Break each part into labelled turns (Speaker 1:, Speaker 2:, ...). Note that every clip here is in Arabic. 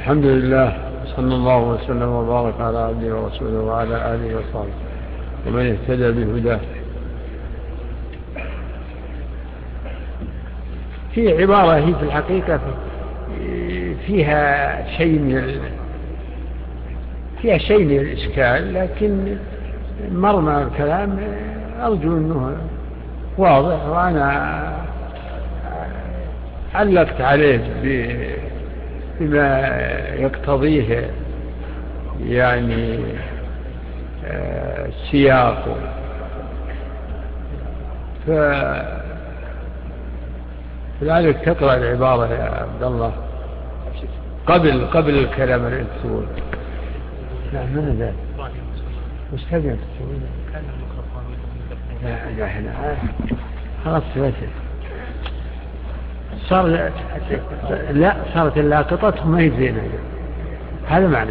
Speaker 1: الحمد لله، صلى الله وسلم وبارك على عبده ورسوله وعلى آله وصحبه ومن اهتدى بهداه. في عبارة هي في الحقيقة فيها شيء من الإشكال، لكن مرمى الكلام أرجو أنه واضح، وأنا علقت عليه بما يقتضيه يعني السياق. فلذلك تقرأ العبارة يا عبد الله قبل الكلام اللي تقول. لا من ذلك مستمع تقول لا احنا خلاص صارت اللاقطة ما يزينها، هذا معنى،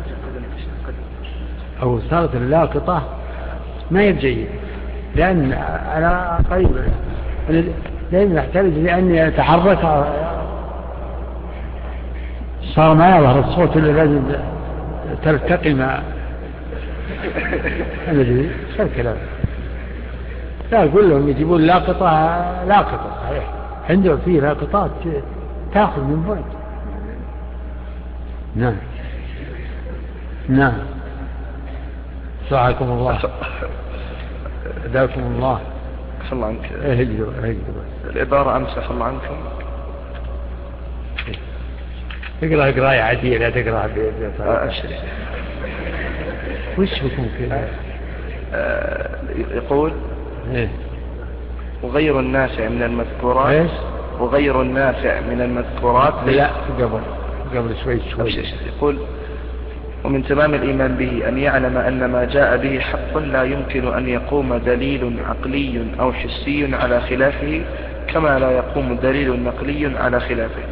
Speaker 1: أو صارت اللاقطة ما يبجي، لأن أنا قريب دائما أحتاج لأني أتحرك، صار ما يظهر الصوت اللي لازم تلتقي مع الذي صار كلام. لا أقول لهم يجيبون لاقطة صحيح، عندهم فيه لاقطات تأخذ من بعد. نعم سعاكم الله، داكم الله.
Speaker 2: أسأل الله عنك.
Speaker 1: اهجروا
Speaker 2: العبارة أمسح الله عنكم.
Speaker 1: تقرأ قراءة عادية، لا تقرأ وش بكم كذا؟
Speaker 2: يقول وغير النافع من المذكورات.
Speaker 1: ايش؟
Speaker 2: وغير النافع من المذكورات.
Speaker 1: لا قبل شوي.
Speaker 2: يقول ومن تمام الإيمان به أن يعلم أن ما جاء به حق لا يمكن أن يقوم دليل عقلي أو حسي على خلافه، كما لا يقوم دليل نقلي على خلافه.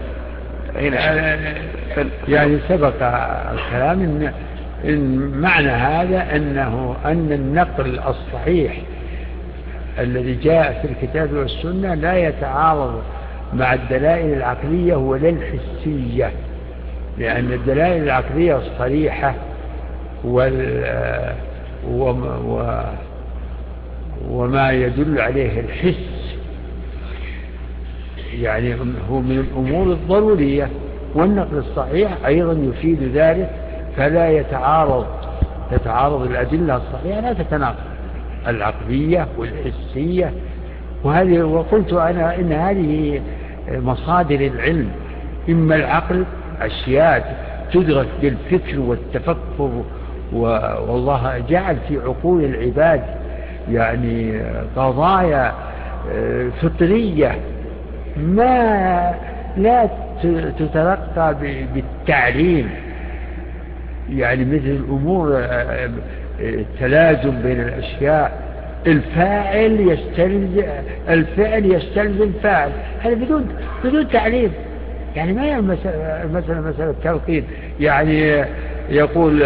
Speaker 1: يعني سبق الكلام إن معنى هذا أن النقل الصحيح الذي جاء في الكتاب والسنة لا يتعارض مع الدلائل العقلية ولا الحسية، لأن الدلائل العقلية الصريحة وما يدل عليه الحس يعني هو من الأمور الضرورية، والنقل الصحيح أيضا يفيد ذلك، فلا تتعارض الأدلة الصحيحة، لا تتناقض العقلية والحسية. وقلت أنا إن هذه مصادر العلم، إما العقل أشياء تدرك بالفكر والتفكر، والله جعل في عقول العباد يعني قضايا فطرية ما لا تتلقى بالتعليم، يعني مثل الأمور التلازم بين الأشياء، الفعل يستلزم فاعل، هذا بدون تعليم. يعني ما هي مسألة تلقين، يعني يقول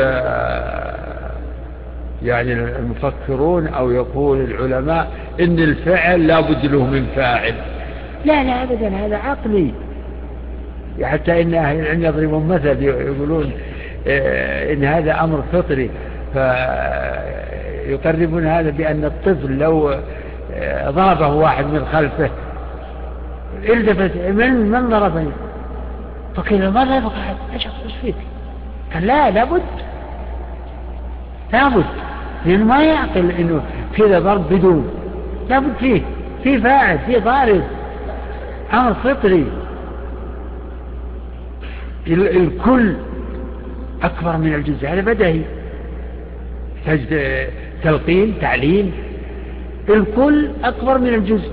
Speaker 1: يعني المفكرون أو يقول العلماء إن الفعل لا بد له من فاعل. لا أبدا، هذا عقلي. حتى إن أهل العلم يضربون مثل يقولون إن هذا أمر فطري، فيقربون هذا بأن الطفل لو ضربه واحد من خلفه التفت من ضربني، فقيل ما ضربك أحد، ايش فيك؟ قال لابد لأنه ما يعقل إنه كذا ضرب بدون، لابد فيه فاعل، فيه ضارب، أمر فطري. الكل أكبر من الجزء، هذا بدهي، تلقين تعليم، الكل أكبر من الجزء.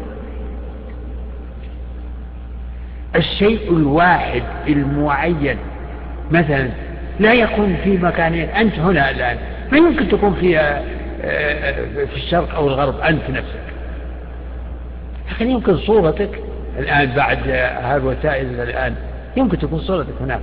Speaker 1: الشيء الواحد المعين مثلا لا يكون في مكانين، أنت هنا الآن ما يمكن تكون في الشرق أو الغرب أنت نفسك، لكن يمكن صورتك الآن بعد هالوسائل الآن يمكن تكون صورتك هناك.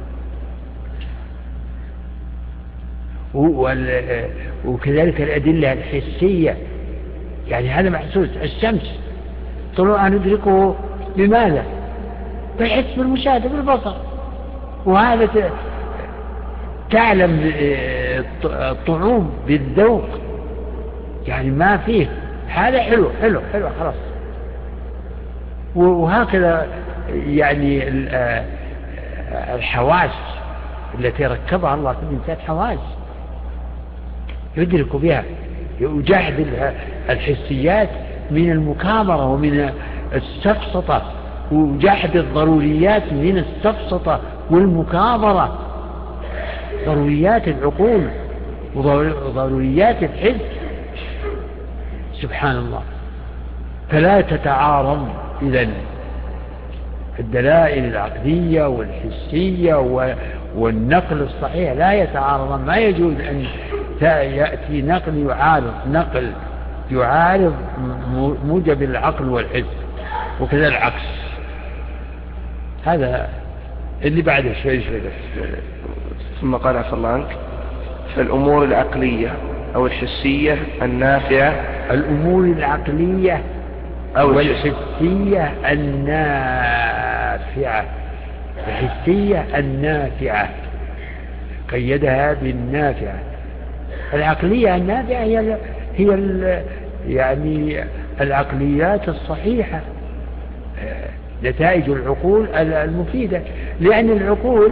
Speaker 1: وكذلك الأدلة الحسية، يعني هذا محسوس، الشمس طلوعها ندركه بماذا؟ بالحس بالمشاهدة بالبصر، وهذا تعلم الطعوم بالذوق، يعني ما فيه هذا حلو حلو حلو خلاص. وهكذا يعني الحواس التي ركبها الله في الإنسان حواس يدرك بها، يجاهد الحسيات من المكابرة ومن السفسطة، ويجاهد الضروريات من السفسطة والمكابرة، ضروريات العقول وضروريات الحس. سبحان الله. فلا تتعارض إذن الدلائل العقلية والحسية والنقل الصحيح لا يتعارض. ما يجوز أن يأتي نقل يعارض موجب العقل والحس، وكذا العكس. هذا اللي بعده شوي.
Speaker 2: ثم قال عفى الله عنك: فالأمور العقلية أو الحسية النافعة،
Speaker 1: الأمور العقلية أو الحسية النافعة، الحسية النافعة قيدها بالنافعة. العقلية النافعة هي يعني العقليات الصحيحة، نتائج العقول المفيدة، لأن العقول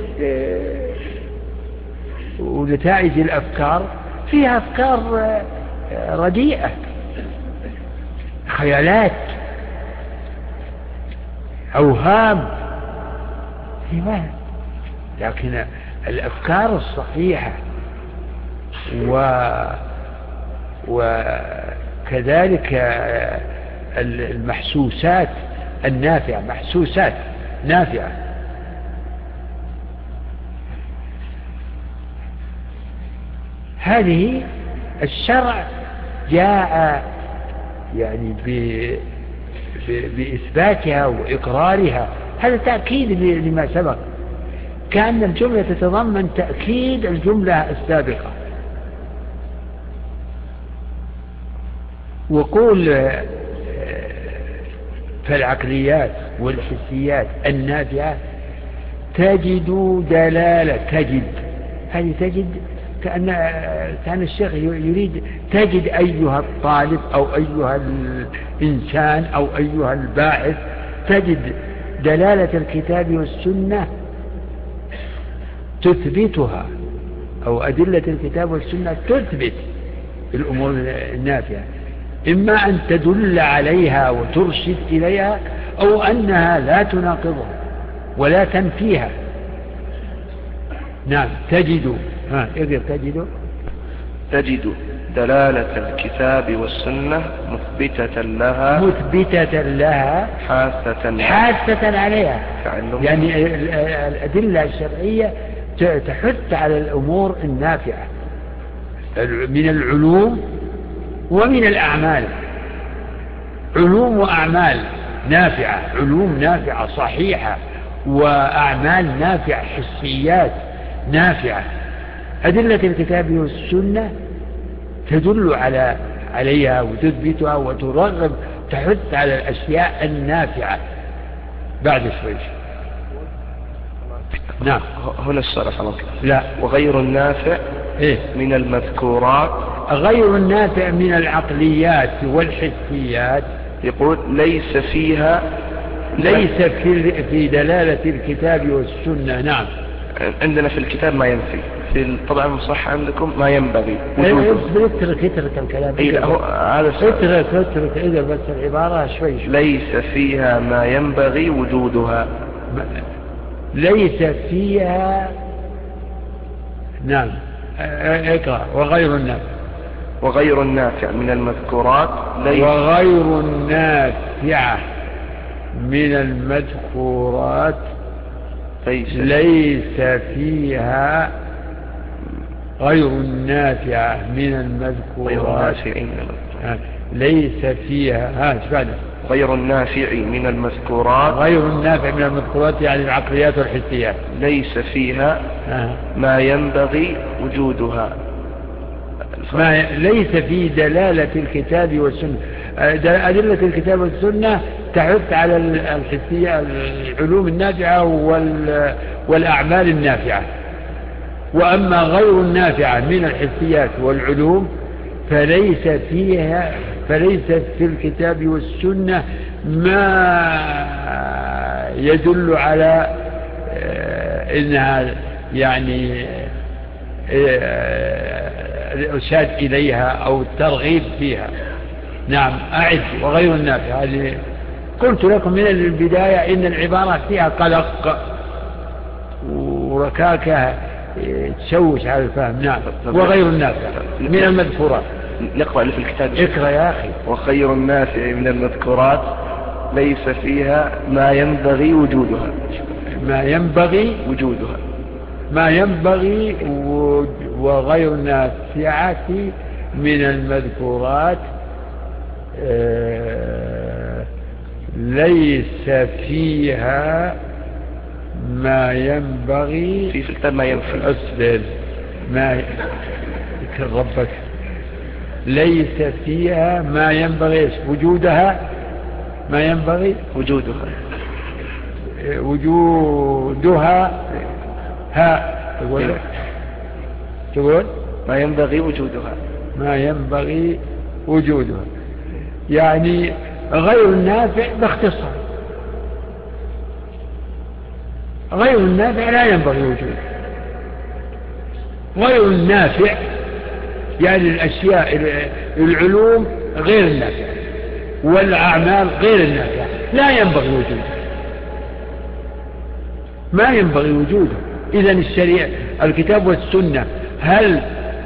Speaker 1: ونتائج الأفكار فيها أفكار رديئة، خيالات، أوهام، لكن الأفكار الصحيحة وكذلك المحسوسات النافعة، محسوسات نافعة. هذه الشرع جاء يعني بإثباتها وإقرارها، هذا تأكيد لما سبق، كأن الجملة تتضمن تأكيد الجملة السابقة. وقول فالعقليات والحسيات النافعة تجد دلالة، هذه تجد كأن الشيخ يريد تجد أيها الطالب أو أيها الإنسان أو أيها الباحث، تجد دلالة الكتاب والسنة تثبتها، أو أدلة الكتاب والسنة تثبت الأمور النافعة، إما أن تدل عليها وترشد إليها، أو أنها لا تناقضها ولا تنفيها. نعم. تجد
Speaker 2: تجد دلالة الكتاب والسنة مثبتة لها
Speaker 1: حاثة عليها، يعني الأدلة الشرعية تحث على الأمور النافعة من العلوم ومن الأعمال، علوم وأعمال نافعة، علوم نافعة صحيحة، وأعمال نافعة، حسيات نافعة. أدلة الكتاب والسنة تدل عليها وتثبتها وترغب، تحث على الأشياء النافعة. بعد شوي. نعم.
Speaker 2: هنا الصرف
Speaker 1: لا.
Speaker 2: وغير النافع من المذكورات،
Speaker 1: غير النافع من العقليات والحسيات،
Speaker 2: يقول ليس
Speaker 1: في دلالة الكتاب والسنة. نعم.
Speaker 2: عندنا في الكتاب ما ينفي، في طبعا المصحح عندكم ما ينبغي وجوده.
Speaker 1: اترك الكلام. اترك إذا بس العبارة شوي.
Speaker 2: ليس فيها ما ينبغي وجودها.
Speaker 1: ليس فيها. نعم. اقرأ. وغير النافع من المذكورات. وغير النافع من المذكورات ليس فيها. غير النافع من المذكورات ليس فيها.
Speaker 2: غير النافع من المذكورات.
Speaker 1: غير النافع من المذكورات يعني العقليات والحسيات.
Speaker 2: ليس فيها ما ينبغي وجودها.
Speaker 1: ليس في دلالة الكتاب والسنة. أدلة الكتاب والسنة تحث على الحسية العلوم النافعة والأعمال النافعة. وأما غير النافعة من الحسيات والعلوم فليس في الكتاب والسنة ما يدل على إنها يعني الإرشاد إليها أو الترغيب فيها. نعم أعد وغير النافع. هذه قلت لكم من البداية إن العبارة فيها قلق وركاكة تشوش على الفهم. نعم وغير النافع من المذكورات.
Speaker 2: نقرأ اللي في الكتاب.
Speaker 1: اقرأ يا أخي.
Speaker 2: وخير النافع من المذكورات ليس فيها ما ينبغي وجودها. ما ينبغي وغير النافعة من المذكورات ليس فيها ما ينبغي. في الكتاب ما ينفي.
Speaker 1: أسدل ما ذكر ربك. ليس فيها ما ينبغي وجودها. ما ينبغي وجودها ها تقول
Speaker 2: ما ينبغي وجودها
Speaker 1: يعني غير النافع باختصار. غير النافع لا ينبغي وجوده. غير النافع يعني الأشياء العلوم غير النافع والأعمال غير النافع لا ينبغي وجوده. ما ينبغي وجوده. إذن الشريعة الكتاب والسنة هل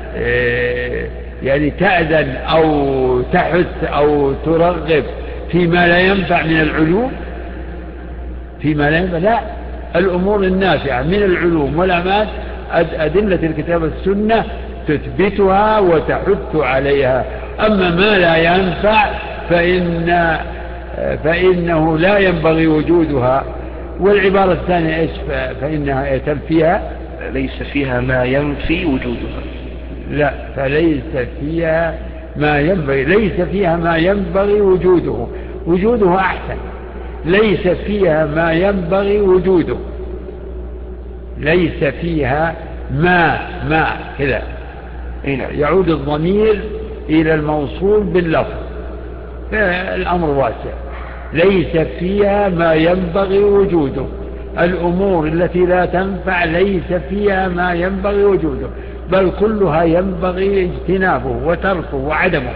Speaker 1: يعني تأذن أو تحث أو ترغب فيما لا ينفع من العلوم؟ فيما لا ينفع لا. الأمور النافعة من العلوم والأعمال أدلة الكتاب والسنة تثبتها وتحث عليها. أما ما لا ينفع فإنه لا ينبغي وجودها. والعبارة الثانية إيش؟ فإنها يتلفيها
Speaker 2: ليس فيها ما ينفي وجودها.
Speaker 1: لا فليس فيها ما ينبغي. ليس فيها ما ينبغي وجوده أحسن. ليس فيها ما ينبغي وجوده. ليس فيها ما كذا يعود الضمير إلى الموصول باللفظ. الأمر واسع. ليس فيها ما ينبغي وجوده. الأمور التي لا تنفع ليس فيها ما ينبغي وجوده بل كلها ينبغي اجتنابه وتركه وعدمه.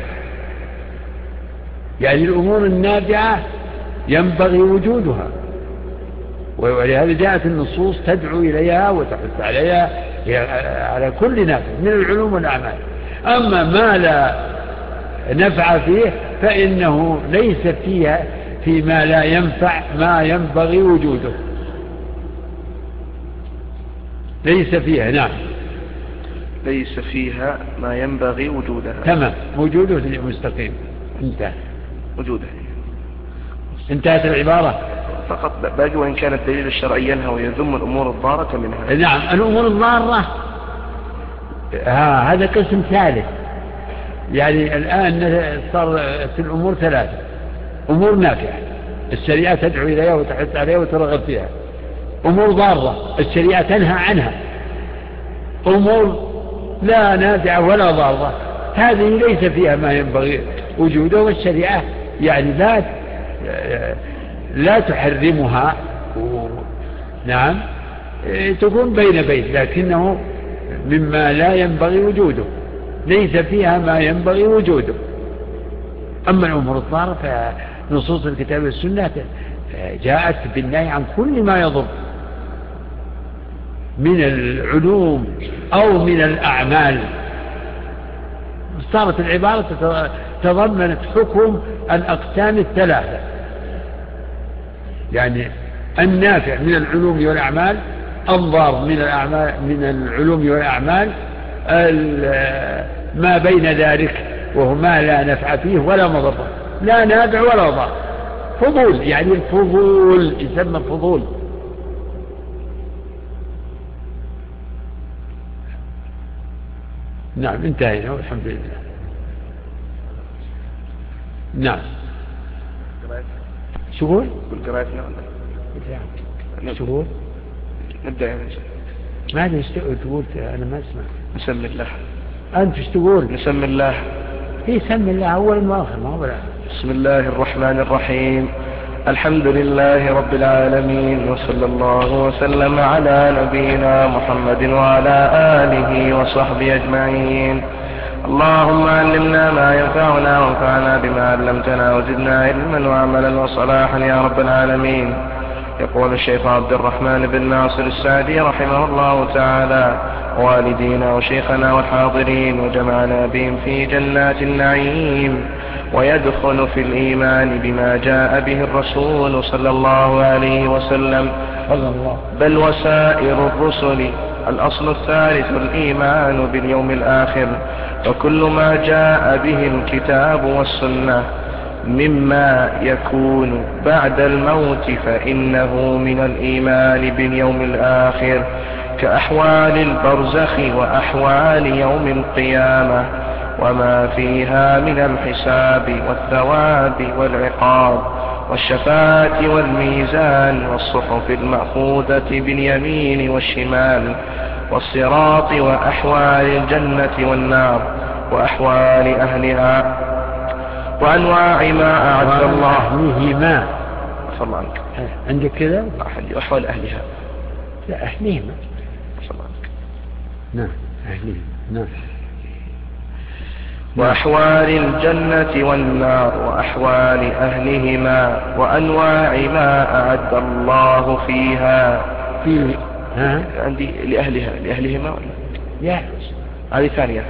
Speaker 1: يعني الأمور النافعة ينبغي وجودها ولهذا جاءت النصوص تدعو إليها وتحث عليها على كل نافع من العلوم والأعمال. أما ما لا نفع فيه فإنه ليس فيها فيما لا ينفع ما ينبغي وجوده. ليس فيها. نعم
Speaker 2: ليس فيها ما ينبغي وجودها.
Speaker 1: تمام. وجوده مستقيم. انتهى
Speaker 2: وجوده.
Speaker 1: انتهت العبارة.
Speaker 2: فقط باقي وإن كان الدليل الشرعي ينهى ويذم الأمور الضارة منها.
Speaker 1: نعم الأمور الضارة هذا قسم ثالث. يعني الآن صار في الأمور ثلاثة. أمور نافعة الشريعة تدعو إليها وتحث عليها وترغب فيها. أمور ضارة الشريعة تنهى عنها. أمور لا نافعة ولا ضارة هذه ليس فيها ما ينبغي وجوده. والشريعة يعني لا تحرمها. نعم تكون بين لكنه مما لا ينبغي وجوده. ليس فيها ما ينبغي وجوده. أما الأمور الضارة فنصوص الكتاب والسنة جاءت بالنهي عن كل ما يضر من العلوم أو من الأعمال. صارت العبارة تضمنت حكم الأقسام الثلاثة. يعني النافع من العلوم والأعمال، الضار من العلوم والأعمال، ما بين ذلك وهو ما لا نفع فيه ولا مضر، لا نافع ولا ضار، فضول. يعني الفضول يسمى فضول. نعم انتهينا والحمد لله. نعم. شو قول؟
Speaker 2: قراءتنا
Speaker 1: شو قول؟
Speaker 2: نبدأ يا رجل.
Speaker 1: ما أدري تقول، أنا ما أسمع.
Speaker 2: نسمي الله.
Speaker 1: أنت ايش تقول؟
Speaker 2: نسمي الله.
Speaker 1: هي سمي الله أول وآخر، ما هو.
Speaker 2: بسم الله الرحمن الرحيم. الحمد لله رب العالمين، وصلى الله وسلم على نبينا محمد وعلى آله وصحبه أجمعين. اللهم علمنا ما ينفعنا وانفعنا بما علمتنا وزدنا علما وعملا وصلاحا يا رب العالمين. يقول الشيخ عبد الرحمن بن ناصر السعدي رحمه الله تعالى: والدينا وشيخنا والحاضرين وجمعنا بهم في جنات النعيم، ويدخل في الإيمان بما جاء به الرسول صلى الله عليه وسلم، بل وسائر الرسل. الأصل الثالث الإيمان باليوم الآخر، وكل ما جاء به الكتاب والسنة مما يكون بعد الموت فإنه من الإيمان باليوم الآخر، كأحوال البرزخ وأحوال يوم القيامة وما فيها من الحساب والثواب والعقاب والشفاعة والميزان والصحف المأخوذة باليمين والشمال والصراط وأحوال الجنة والنار وأحوال أهلها وأنواع ما أعد الله
Speaker 1: أهلهما.
Speaker 2: صلى الله عنك.
Speaker 1: عندك كذا؟
Speaker 2: وأحوال أهلها.
Speaker 1: لا، أهلهما.
Speaker 2: صلى الله عنك.
Speaker 1: نعم، أهلهما. نعم.
Speaker 2: وأحوال الجنة والنار وأحوال أهلهما وأنواع ما أعد الله فيها. عندي لأهلهما ولا؟
Speaker 1: يا
Speaker 2: هذه ثانية.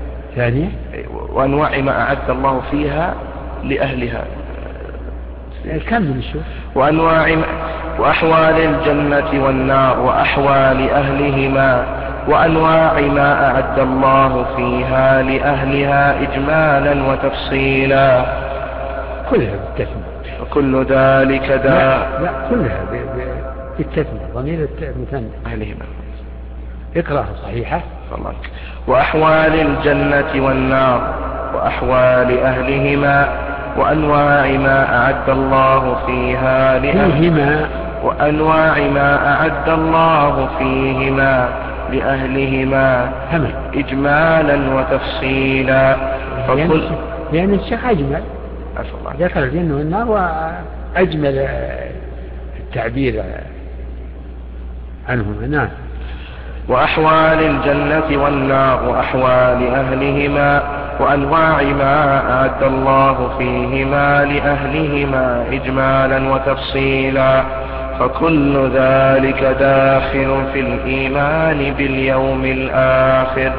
Speaker 2: وأنواع ما أعد الله فيها لأهلها.
Speaker 1: كمل شوف.
Speaker 2: وأحوال الجنة والنار وأحوال أهلهما وأنواع ما أعد الله فيها لأهلها إجمالا وتفصيلا.
Speaker 1: كلها بالتثنية.
Speaker 2: وكل ذلك
Speaker 1: لا كلها بالتثنية، ضمير المثنى.
Speaker 2: أهلهما.
Speaker 1: اقرأها صحيحة.
Speaker 2: وأحوال الجنة والنار وأحوال أهلهما وأنواع ما أعد الله فيها لأهلهما وأنواع ما أعد الله فيهما لأهلهما إجمالا وتفصيلا.
Speaker 1: لأن الشيخ أجمل ذكر الجنة والنار وأجمل التعبير عنهما. نعم.
Speaker 2: وأحوال الجنة والنار وأحوال أهلهما وأنواع ما أعد الله فيهما لأهلهما إجمالا وتفصيلا، فكل ذلك داخل في الإيمان باليوم الآخر.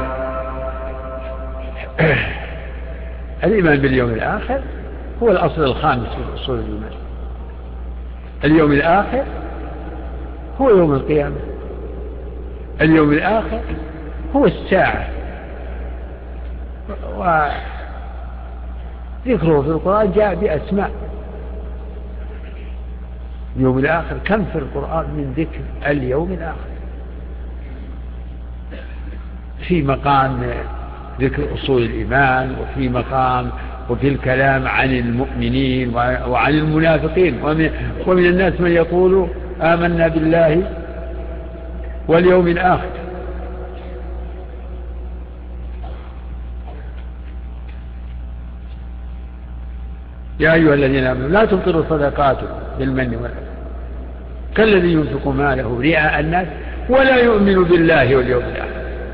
Speaker 1: الإيمان باليوم الآخر هو الأصل الخامس في أصول الإيمان. اليوم الآخر هو يوم القيامة، اليوم الآخر هو الساعة، وذكره في القرآن جاء بأسماء. اليوم الآخر كم في القرآن من ذكر اليوم الآخر، في مقام ذكر أصول الإيمان، وفي مقام وفي الكلام عن المؤمنين وعن المنافقين. ومن الناس من يقول آمنا بالله واليوم الآخر. يا أيها الذين آمنوا لا تبطلوا صدقاتكم بالمن والأذى كالذي ينفق ماله رئاء الناس ولا يؤمن بالله واليوم الآخر.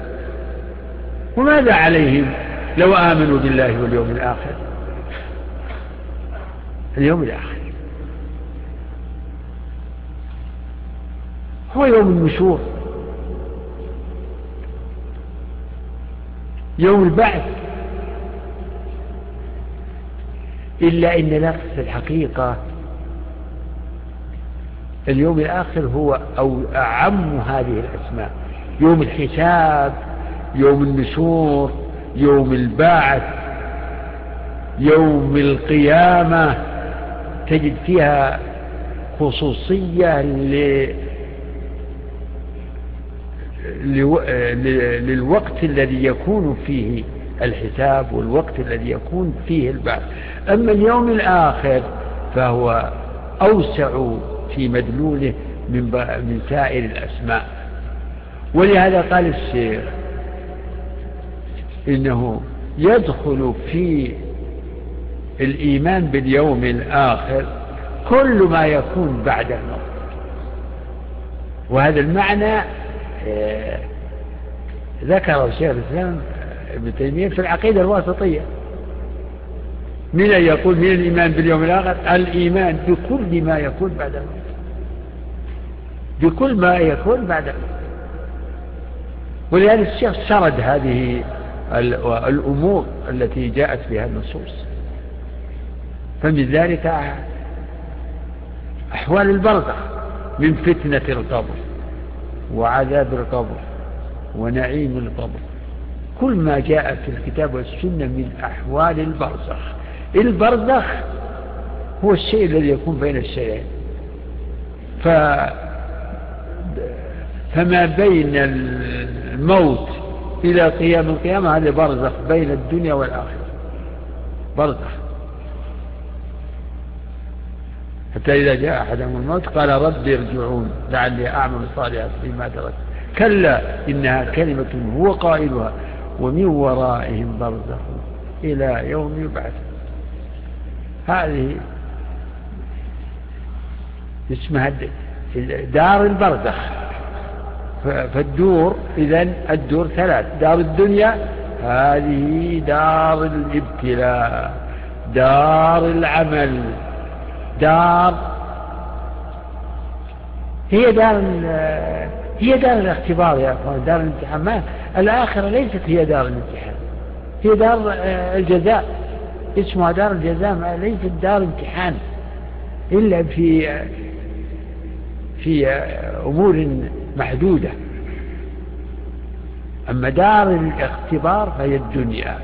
Speaker 1: وماذا عليهم لو آمنوا بالله واليوم الآخر؟ اليوم الآخر هو يوم النشور، يوم البعث. إلا إن لفظ في الحقيقة اليوم الآخر هو أو أعم هذه الأسماء: يوم الحساب، يوم النشور، يوم البعث، يوم القيامة. تجد فيها خصوصية للوقت الذي يكون فيه الحساب والوقت الذي يكون فيه البعث. أما اليوم الآخر فهو أوسع في مدلوله من سائر الأسماء. ولهذا قال الشيخ إنه يدخل في الإيمان باليوم الآخر كل ما يكون بعد الموت. وهذا المعنى ذكر الشيخ الإسلام ابن تيمية في العقيدة الواسطية، من أن يقول من الإيمان باليوم الآخر الإيمان بكل ما يكون بعد الموت، بكل ما يكون بعد الموت. ولهذا الشيخ سرد هذه الأمور التي جاءت بها النصوص. فمن ذلك أحوال البرزخ من فتنة القبر وعذاب القبر ونعيم القبر، كل ما جاء في الكتاب والسنة من أحوال البرزخ. البرزخ هو الشيء الذي يكون بين الشيئين، فما بين الموت إلى قيام القيامة هذا برزخ بين الدنيا والآخرة، برزخ. حتى إذا جاء أحدهم الموت قال رب ارجعون لعلي أعمل صالحا فيما تركت كلا إنها كلمة هو قائلها ومن ورائهم برزخ إلى يوم يبعث. هذه اسمها دار البرزخ. فالدور إذن الدور ثلاث: دار الدنيا هذه دار الابتلاء، دار العمل، هي دار الاختبار يا أخوان، دار الامتحان. ما الآخرة ليست هي دار الامتحان، هي دار الجزاء، اسمها دار الجزاء، ليست دار امتحان إلا في أمور محدودة. أما دار الاختبار فهي الدنيا.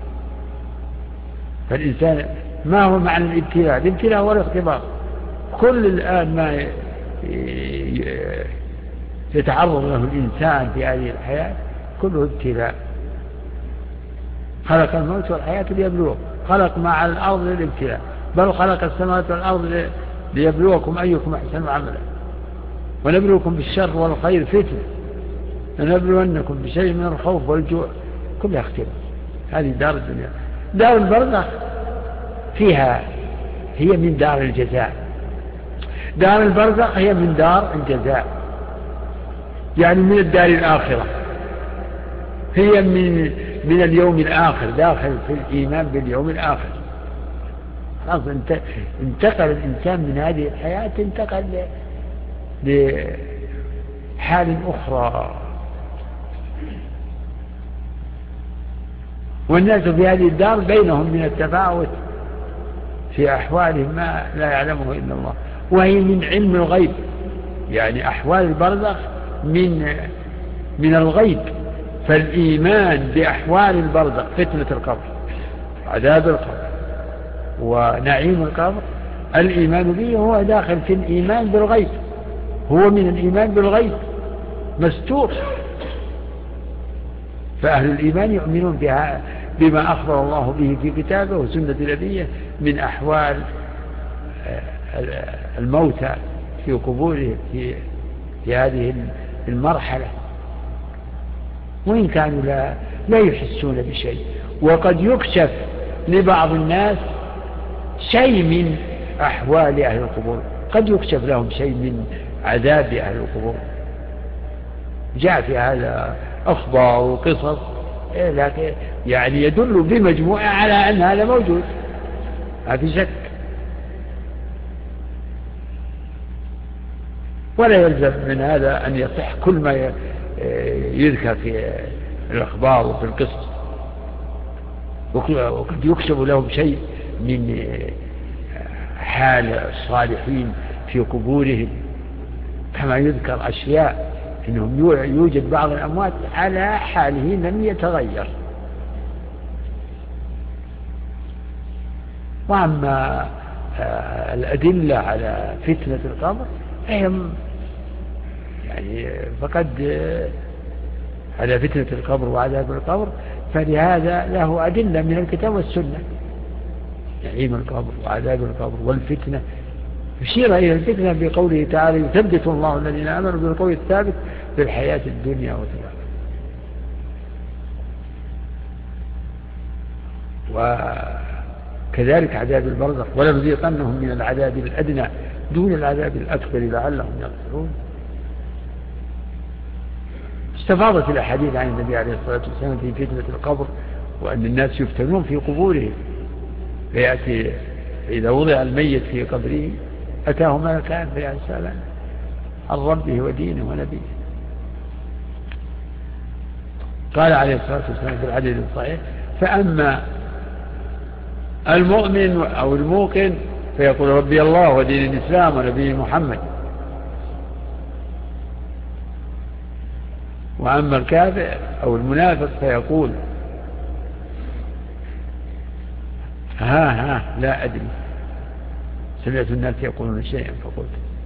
Speaker 1: فالإنسان ما هو معنى الابتلاء؟ الابتلاء هو الاختبار. كل الآن ما يتعرض له الإنسان في هذه الحياة كله ابتلاء. خلق الموت والحياة ليبلوكم، خلق ما على الأرض للابتلاء، بل خلق السماوات والأرض ليبلوكم أيكم أحسن عملا، ونبلوكم بالشر والخير فتنة، ونبلونكم بشيء من الخوف والجوع، كلها اختبار. هذه دار الدنيا. دار البرزخ فيها هي من دار الجزاء، دار البرزخ هي من دار الجزاء، يعني من الدار الآخرة، هي من اليوم الآخر، داخل في الإيمان باليوم الآخر. خلاص انتقل الإنسان من هذه الحياة، انتقل لحال أخرى. والناس في هذه الدار بينهم من التفاوت في أحوالهم ما لا يعلمه إلا الله، وهي من علم الغيب. يعني أحوال البرزخ من الغيب. فالإيمان بأحوال البرزخ فتنة القبر، عذاب القبر، ونعيم القبر، الإيمان به هو داخل في الإيمان بالغيب، هو من الإيمان بالغيب مستور. فأهل الإيمان يؤمنون بما أخبر الله به في كتابه وسنة نبيه من أحوال الموتى في قبورهم في هذه المرحلة، وإن كانوا لا يحسون بشيء. وقد يكشف لبعض الناس شيء من أحوال أهل القبور، قد يكشف لهم شيء من عذاب أهل القبور، جاء في هذا أخبار وقصص، لكن يعني يدل بمجموعة على أن هذا موجود، ما في شك. ولا يلزم من هذا أن يصح كل ما يذكر في الأخبار وفي القصص. وقد يكشف لهم شيء من حال الصالحين في قبورهم، كما يذكر أشياء إنهم يوجد بعض الأموات على حاله لم يتغير. وأما الأدلة على فتنة القبر يعني فقد على فتنة القبر وعذاب القبر فلهذا له أدلة من الكتاب والسنة، نعيم القبر وعذاب القبر والفتنة. يشير إلى الفتنة بقوله تعالى يثبت الله الذين آمنوا بالقول الثابت في الحياة الدنيا وفي الآخرة. وكذلك عذاب البرزخ ولنذيقنهم من العذاب الأدنى دون العذاب الأكبر لعلهم يرجعون. استفاضت الأحاديث عن النبي عليه الصلاة والسلام في فتنة القبر وأن الناس يفتنون في قبورهم، فيأتي إذا وضع الميت في قبره أتاه ملكان فيسألان عن ربه ودينه ونبيه. قال عليه الصلاة والسلام في الحديث الصحيح: فأما المؤمن أو الموقن فيقول ربي الله ودين الإسلام ونبي محمد، وأما الكافر أو المنافق فيقول ها لا أدري، سمعت الناس يقولون شيئا فقلت.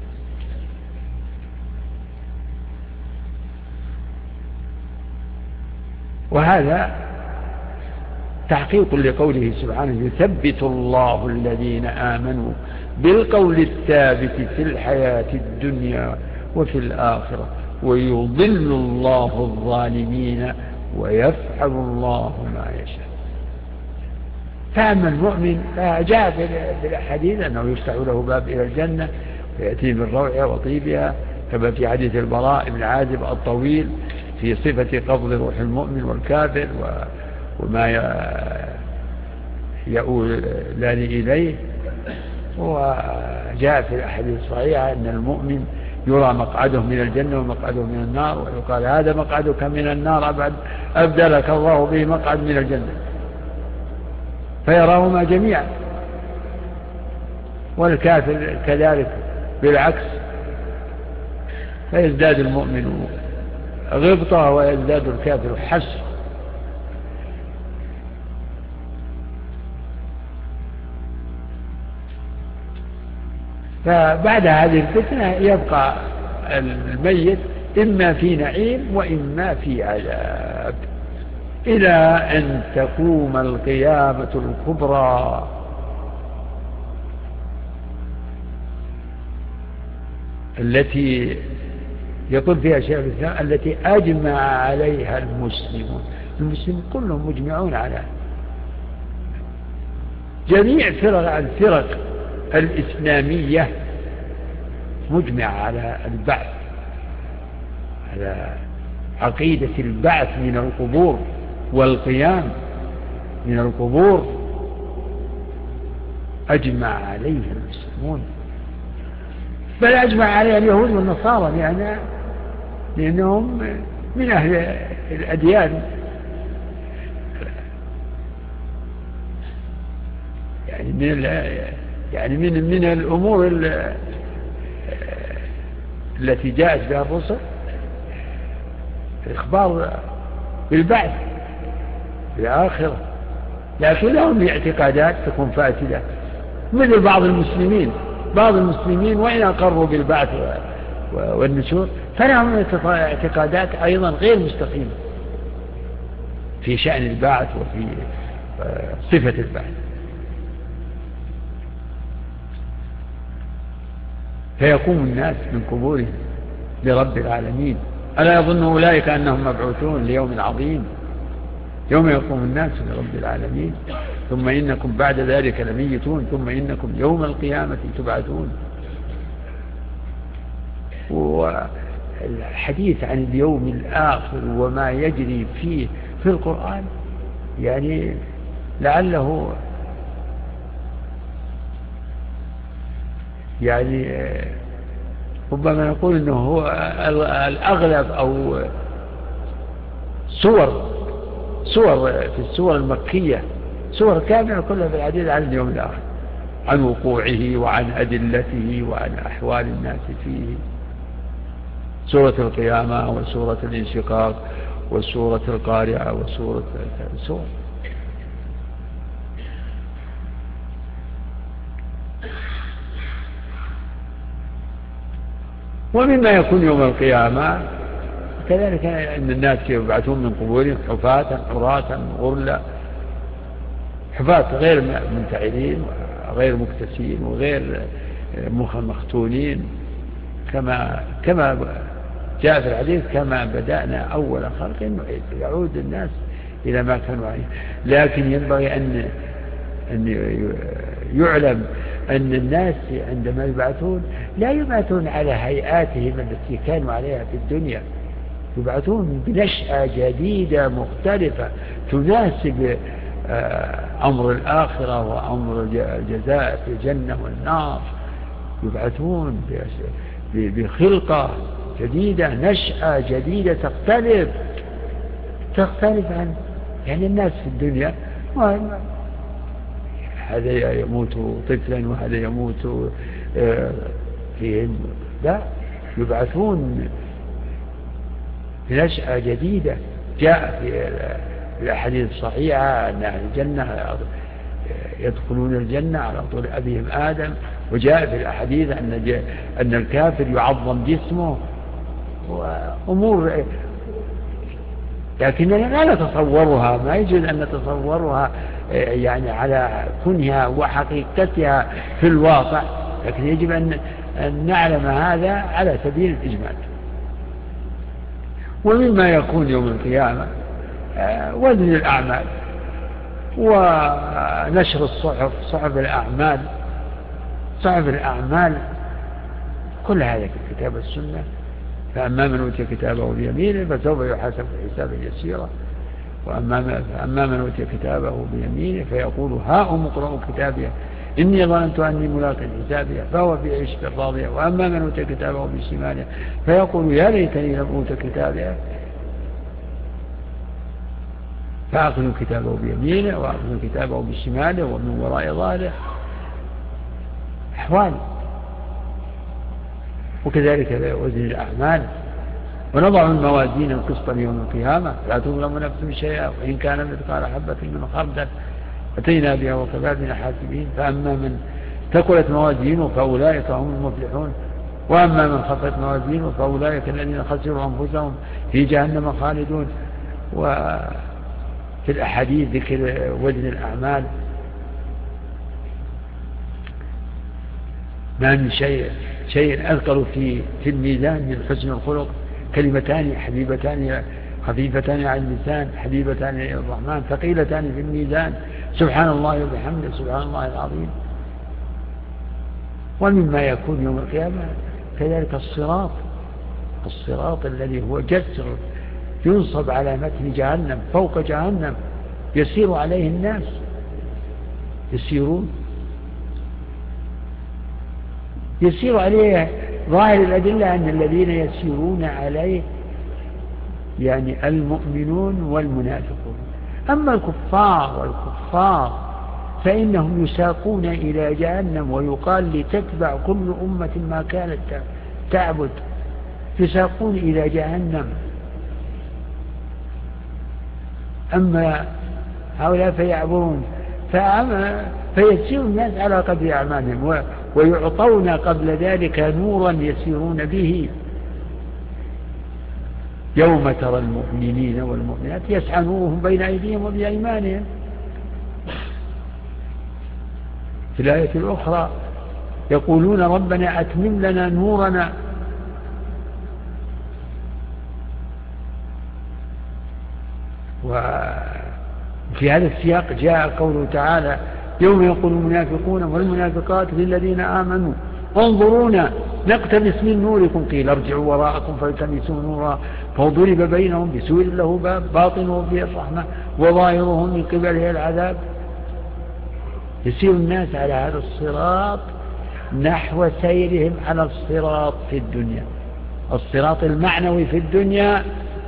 Speaker 1: وهذا تحقيق لقوله سبحانه: يثبت الله الذين آمنوا بالقول الثابت في الحياة الدنيا وفي الآخرة ويضل الله الظالمين ويفعل الله ما يشاء. فأما المؤمن فجاء في الحديث أنه يفتح له باب إلى الجنة ويأتي من روعها وطيبها، كما في حديث البراء بن عازب الطويل في صفة قبض روح المؤمن والكافر وما يؤولان إليه. وجاء في الأحاديث الصحيحة أن المؤمن يرى مقعده من الجنة ومقعده من النار، ويقال هذا مقعدك من النار أبدلك الله به مقعد من الجنة، فيراهما جميعا. والكافر كذلك بالعكس، فيزداد المؤمن غبطة ويزداد الكافر حسرة. فبعد هذه الفتنة يبقى الميت إما في نعيم وإما في عذاب إلى أن تقوم القيامة الكبرى التي يقول فيها شيخ الإسلام التي أجمع عليها المسلمون كلهم مجمعون على جميع الفرق الإسلامية مجمع على البعث، على عقيدة البعث من القبور والقيام من القبور، أجمع عليه المسلمون، بل أجمع عليه اليهود والنصارى لأنهم من أهل الأديان، يعني من الأمور التي جاءت بها الرسل الإخبار بالبعث في الآخرة، لكن لهم اعتقادات تكون فاسدة، مثل بعض المسلمين وإن أقروا بالبعث والنشور فلهم اعتقادات أيضا غير مستقيمة في شأن البعث وفي صفة البعث. فيقوم الناس من قبورهم لرب العالمين. ألا يظن أولئك أنهم مبعوثون ليوم عظيم يوم يقوم الناس لرب العالمين ثم إنكم بعد ذلك لميتون ثم إنكم يوم القيامة تبعثون. والحديث عن اليوم الآخر وما يجري فيه في القرآن يعني لعله ربما نقول انه هو الاغلب او صور في السور المكية سور كاملة كلها في الحديث عن اليوم الآخر، عن وقوعه وعن أدلته وعن أحوال الناس فيه. سورة القيامة وسورة الانشقاق وسورة القارعة وسورة سور. ومما يكون يوم القيامة كذلك أن الناس يبعثون من قبورهم حفاة عراة غرلا، حفاة غير منتعلين غير مكتسين وغير مختونين، كما جاء في الحديث كما بدأنا أول خلق نعيد، يعود الناس إلى ما كانوا عليه. لكن ينبغي أن يعلم أن الناس عندما يبعثون لا يبعثون على هيئاتهم التي كانوا عليها في الدنيا، يبعثون بنشأة جديدة مختلفة تناسب أمر الآخرة وأمر الجزاء في الجنة والنار، يبعثون بخلقة جديدة، نشأة جديدة تختلف عن يعني الناس في الدنيا، هذا يموت طفلا وهذا يموت فيهم، لا، يبعثون بنشأة جديدة. جاء في الأحاديث الصحيحة أن أهل الجنة يدخلون الجنة على طول أبيهم آدم، وجاء في الأحاديث أن الكافر يعظم جسمه وأمور، لكننا لا نتصورها، ما يجوز أن نتصورها يعني على كنها وحقيقتها في الواقع، لكن يجب أن نعلم هذا على سبيل الإجمال. ومما يكون يوم القيامة وزن الأعمال ونشر الصحف، صحف الأعمال كل هذا في الكتاب والسنة. فأما من أوتي كتابه بيمينه فسوف يحاسب حسابا يسيرا، وأما من أوتي كتابه بيمينه فيقول هاؤم اقرءوا كتابيه إني ظننت أني ملاق حسابيه فهو في عيشة راضية. وأما من أوتي كتابه بشماله فيقول يا ليتني لم أوت كتابيه فأخذ كتابه بيمينه وأخذ كتابه بشماله ومن وراء ظهره، أحوال. وكذلك وزن الأعمال. ونضع الموازين القسط يوم القيامة لا تظلم نفس شيئا وإن كان مثقال حبة من خردل أتينا بها وكفى بنا حاسبين. فأما من ثقلت موازينه فأولئك هم المفلحون، وأما من خفت موازينه فأولئك الذين خسروا أنفسهم في جهنم خالدون. وفي الأحاديث ذكر وزن الأعمال، ما من شيء أثقل في الميزان من حسن الخلق، كلمتان حبيبتان خفيفتان على اللسان حبيبتان إلى الرحمن ثقيلتان في الميزان سبحان الله وبحمده سبحان الله العظيم. ومما يكون يوم القيامة كذلك الصراط الذي هو جسر ينصب على متن جهنم فوق جهنم يسير عليه الناس، يسير عليه. ظاهر الأدلة أن الذين يسيرون عليه يعني المؤمنون والمنافقون. أما الكفار فإنهم يساقون إلى جهنم، ويقال لتتبع كل أمة ما كانت تعبد، يساقون إلى جهنم. أما هؤلاء فيعبرون فيسير الناس على قدر أعمالهم، ويعطون قبل ذلك نورا يسيرون به. يوم ترى المؤمنين والمؤمنات يسعى نورهم بين أيديهم وبأيمانهم. في الآية الأخرى يقولون ربنا أتمم لنا نورنا. وفي هذا السياق جاء قوله تعالى يوم يقول المنافقون والمنافقات للذين آمنوا انظرونا نقتبس من نوركم قيل ارجعوا وراءكم فالتمسوا نورا فضرب بينهم بسور له باب باطنه فيه الرحمة وظاهره من قبله العذاب. يسير الناس على هذا الصراط نحو سيرهم على الصراط في الدنيا. الصراط المعنوي في الدنيا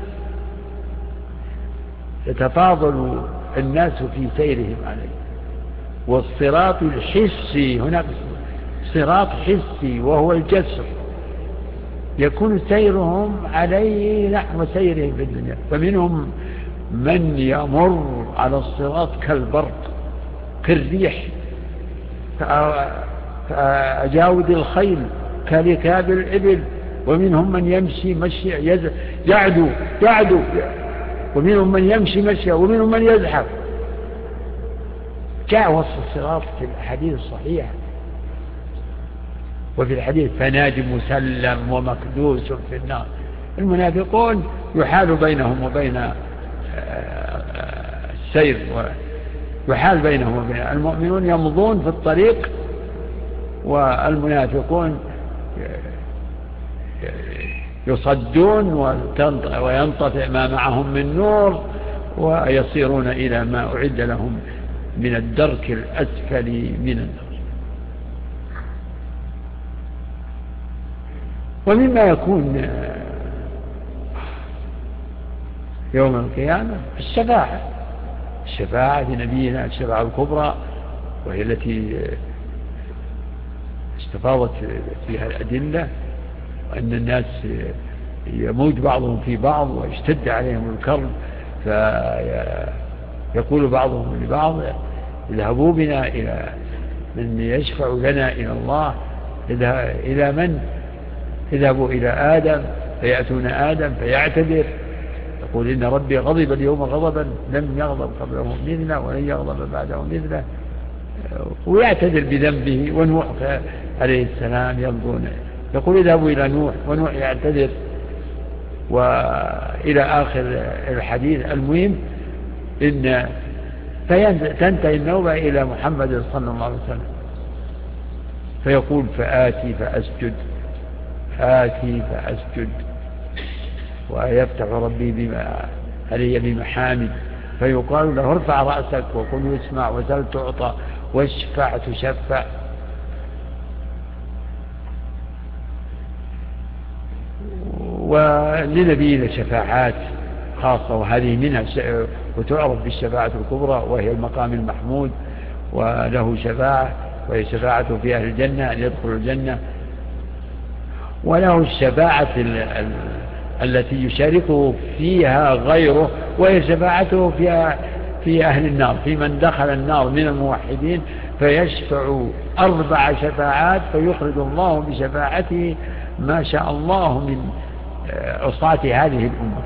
Speaker 1: يتفاضل الناس في سيرهم عليه، والصراط الحسي هناك صراط حسي وهو الجسر يكون سيرهم عليه نحو سيرهم في الدنيا. فمنهم من يمر على الصراط كالبرق كالريح كأجاود الخيل كركاب الإبل ومنهم من يمشي مشي يعدو، ومنهم من يمشي مشي، ومنهم من يزحف. جاء وصف الصراط في الحديث الصحيح، وفي الحديث فناج مسلم ومكدوس في النار. المنافقون يحال بينهم وبين السير، ويحال بينهم وبين المؤمنون، يمضون في الطريق، والمنافقون يصدون وينطفئ ما معهم من نور، ويصيرون إلى ما أعد لهم من الدرك الأسفل من النار. ومما يكون يوم القيامة الشفاعة لنبينا، الشفاعة الكبرى، وهي التي استفاضت فيها الأدلة، وأن الناس يموج بعضهم في بعض ويشتد عليهم الكرب، فيقول بعضهم لبعض اذهبوا بنا إلى من يشفع لنا إلى الله. إلى من؟ اذهبوا إلى آدم، فيأتون آدم فيعتذر، يقول إن ربي غضب اليوم غضبا لم يغضب قبله مثله ولن يغضب بعده مثله، ويعتذر بذنبه. ونوح عليه السلام يقول اذهبوا إلى نوح، ونوح يعتذر، وإلى آخر الحديث. المهم إن تنتهي النوبة إلى محمد صلى الله عليه وسلم، فيقول فآتي فأسجد، ويفتح ربي بما علي بمحامد، فيقال له ارفع رأسك وقل يسمع وسل تعطى واشفع تشفع. ولنبينا شفاعات خاصة، وهذه منها وتعرف بالشفاعة الكبرى، وهي المقام المحمود، وله شفاعة، وهي شفاعته في أهل الجنة أن يدخلوا الجنة. وله الشفاعة التي يشاركه فيها غيره، وهي شفاعته في أهل النار، في من دخل النار من الموحدين، فيشفع 4 شفاعات، فيخرج الله بشفاعته ما شاء الله من عصاة هذه الأمة.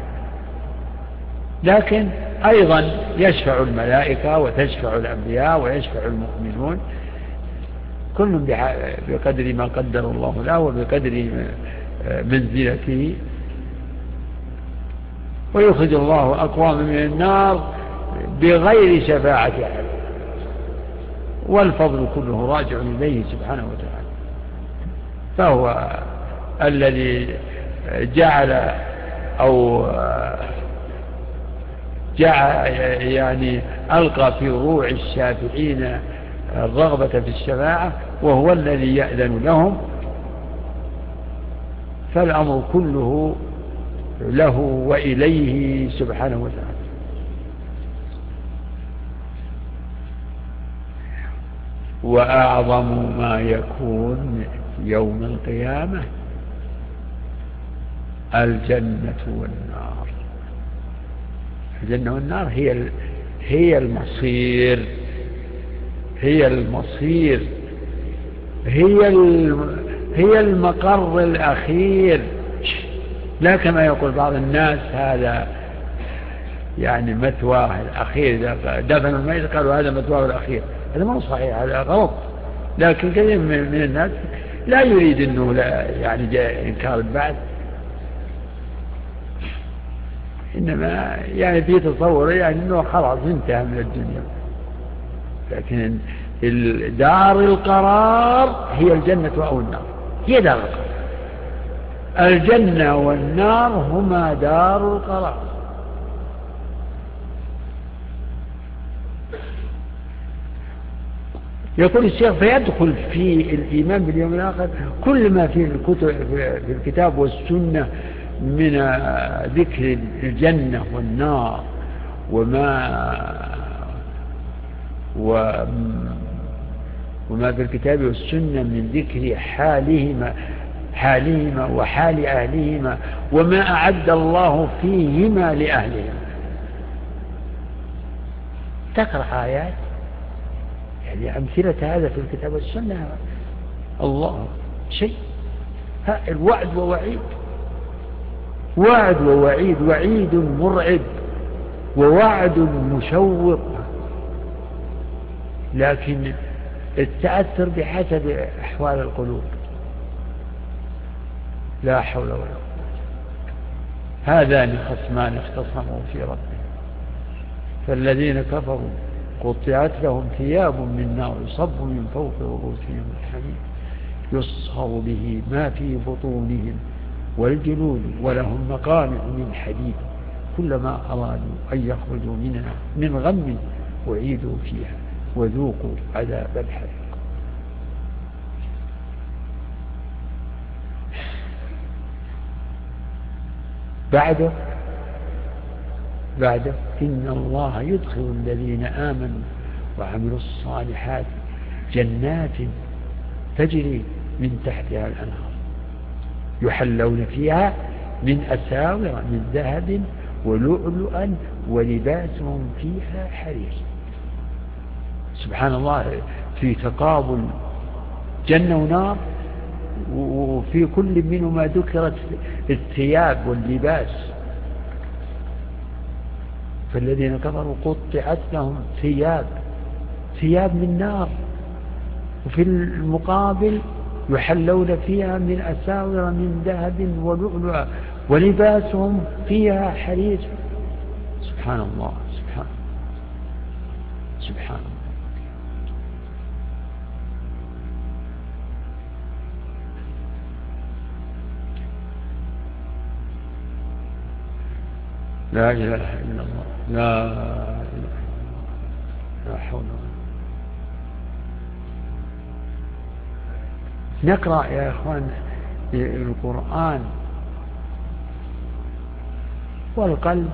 Speaker 1: لكن أيضا يشفع الملائكة، وتشفع الأنبياء، ويشفع المؤمنون، كل بقدر ما قدر الله له وبقدر منزلته. ويخرج الله أقوام من النار بغير شفاعة أحد، والفضل كله راجع إليه سبحانه وتعالى. فهو الذي جعل يعني ألقى في روع الشافعين الرغبة في الشفاعة، وهو الذي يأذن لهم، فالأمر كله له وإليه سبحانه وتعالى. وأعظم ما يكون يوم القيامة الجنة والنار. الجنة والنار هي المصير، هي المقر الأخير، لا كما يقول بعض الناس هذا يعني مثواه الأخير، دفن الميت قالوا هذا مثواه الأخير. هذا ما هو صحيح، هذا غلط. لكن كثير من الناس لا يريد أنه يعني جاء إنكار البعث، إنما يعني في تصور يعني أنه خلاص انتهى من الدنيا. لكن دار القرار هي الجنة أو النار، هي دار القرار. الجنة والنار هما دار القرار. يقول الشيخ فيدخل في الإيمان باليوم الآخر كل ما في الكتاب والسنة من ذكر الجنة والنار، وما في الكتاب والسنة من ذكر حالهما وحال أهلهما، وما أعد الله فيهما لأهلهما. تقرأ آيات يعني أمثلة هذا في الكتاب والسنة، الله شيء الوعد ووعيد، وعد ووعيد، وعيد مرعب ووعد مشوق، لكن التأثر بحسب أحوال القلوب. لا حول ولا قوة. هذان خصمان اختصموا في ربهم، فالذين كفروا قطعت لهم ثياب من نار يصب من فوق رؤوسهم الحميم يصهر به ما في بطونهم والجلود ولهم مقامع من حديد كلما أرادوا أن يخرجوا منها من غم أعيدوا فيها وذوقوا عذاب الحريق. بعده إن الله يدخل الذين آمنوا وعملوا الصالحات جنات تجري من تحتها الأنهار يحلون فيها من أساور من ذهب ولؤلؤا ولباسهم فيها حرير. سبحان الله، في تقابل جنة ونار، وفي كل منهما ذكرت الثياب واللباس. فالذين كفروا قطعت لهم ثياب من نار، وفي المقابل يحلون فيها من أساور من ذهب ولؤلؤا ولباسهم فيها حرير. سبحان الله، سبحان الله. لا إله إلا الله، لا إله إلا الله، لا حول ولا قوة. نقرأ يا إخوان القرآن والقلب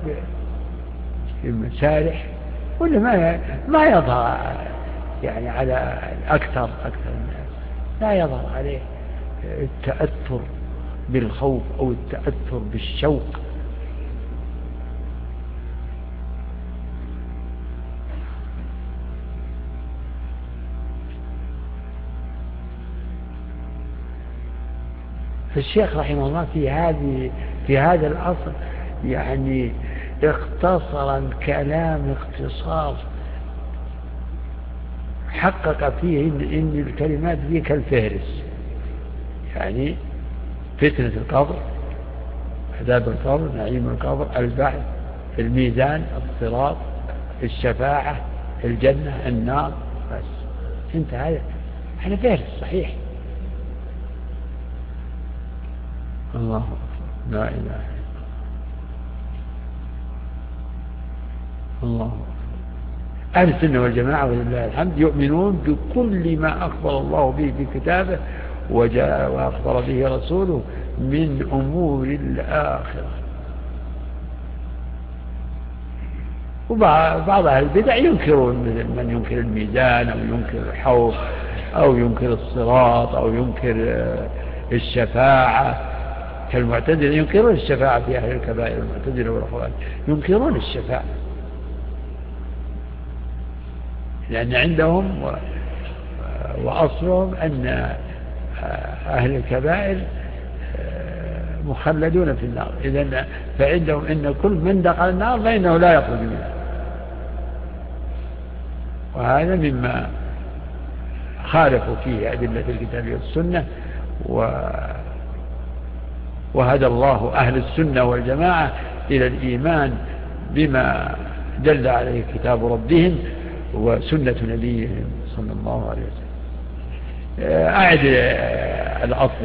Speaker 1: سارح، ولا ما يظهر يعني على أكثر الناس، لا يظهر عليه التأثر بالخوف أو التأثر بالشوق. فالشيخ رحمه الله في هذا الأصل يعني اختصر الكلام اختصار حقق فيه إن الكلمات دي كالفهرس، يعني فتنة القبر، عذاب القبر، نعيم القبر، البعث، الميزان، الصراط، الشفاعة، الجنة، النار، بس انتهى. هذا فهرس صحيح. الله أكبر، لا إله إلا الله. أهل السنة والجماعة ولله الحمد يؤمنون بكل ما أخبر الله به في كتابه وأخبر به رسوله من أمور الآخرة. وبعض أهل البدع ينكرون، من ينكر الميزان أو ينكر الحوض أو ينكر الصراط أو ينكر الشفاعة، كالمعتزلة ينكرون الشفاعة في أهل الكبائر، المعتزلة والخوارج ينكرون الشفاعة، لأن عندهم وأصلهم أن أهل الكبائر مخلدون في النار، إذن فعندهم أن كل من دخل النار فإنه لا يخرج منها. وهذا مما خالفوا فيه أدلة الكتاب والسنة، وهدى الله أهل السنة والجماعة إلى الإيمان بما دل عليه كتاب ربهم وسنة نبيهم صلى الله عليه وسلم. أعد الأصل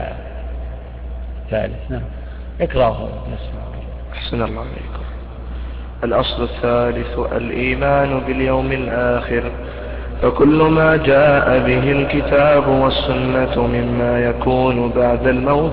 Speaker 1: الثالث. نعم، اقرأه نسمع.
Speaker 2: أحسن الله عليكم. الأصل الثالث الإيمان باليوم الآخر، فكل ما جاء به الكتاب والسنة مما يكون بعد الموت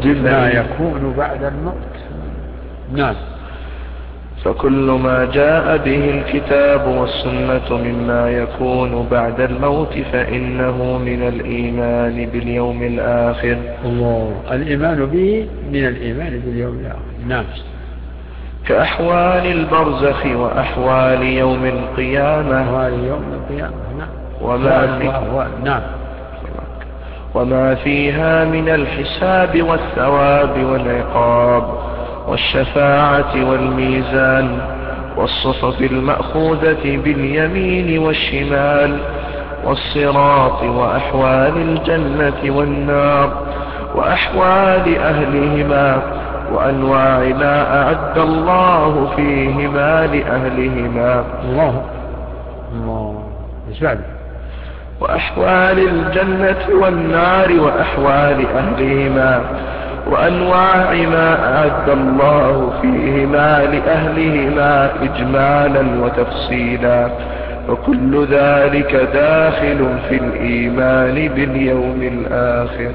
Speaker 1: نعم.
Speaker 2: فكل ما جاء به الكتاب والسنة مما يكون بعد الموت فإنه من الإيمان باليوم الآخر.
Speaker 1: الله، الإيمان به من الإيمان باليوم الآخر. نعم.
Speaker 2: كأحوال البرزخ وأحوال يوم القيامة.
Speaker 1: أحوال يوم القيامة. نعم.
Speaker 2: وما فيها من الحساب والثواب والعقاب والشفاعة والميزان والصحف المأخوذة باليمين والشمال والصراط وأحوال الجنة والنار وأحوال أهلهما وأنواع ما أعد الله فيهما لأهلهما.
Speaker 1: الله اسمعني.
Speaker 2: وأحوال الجنة والنار وأحوال أهلهما وأنواع ما أعد الله فيهما لأهلهما إجمالا وتفصيلا، وكل ذلك داخل في الإيمان باليوم الآخر.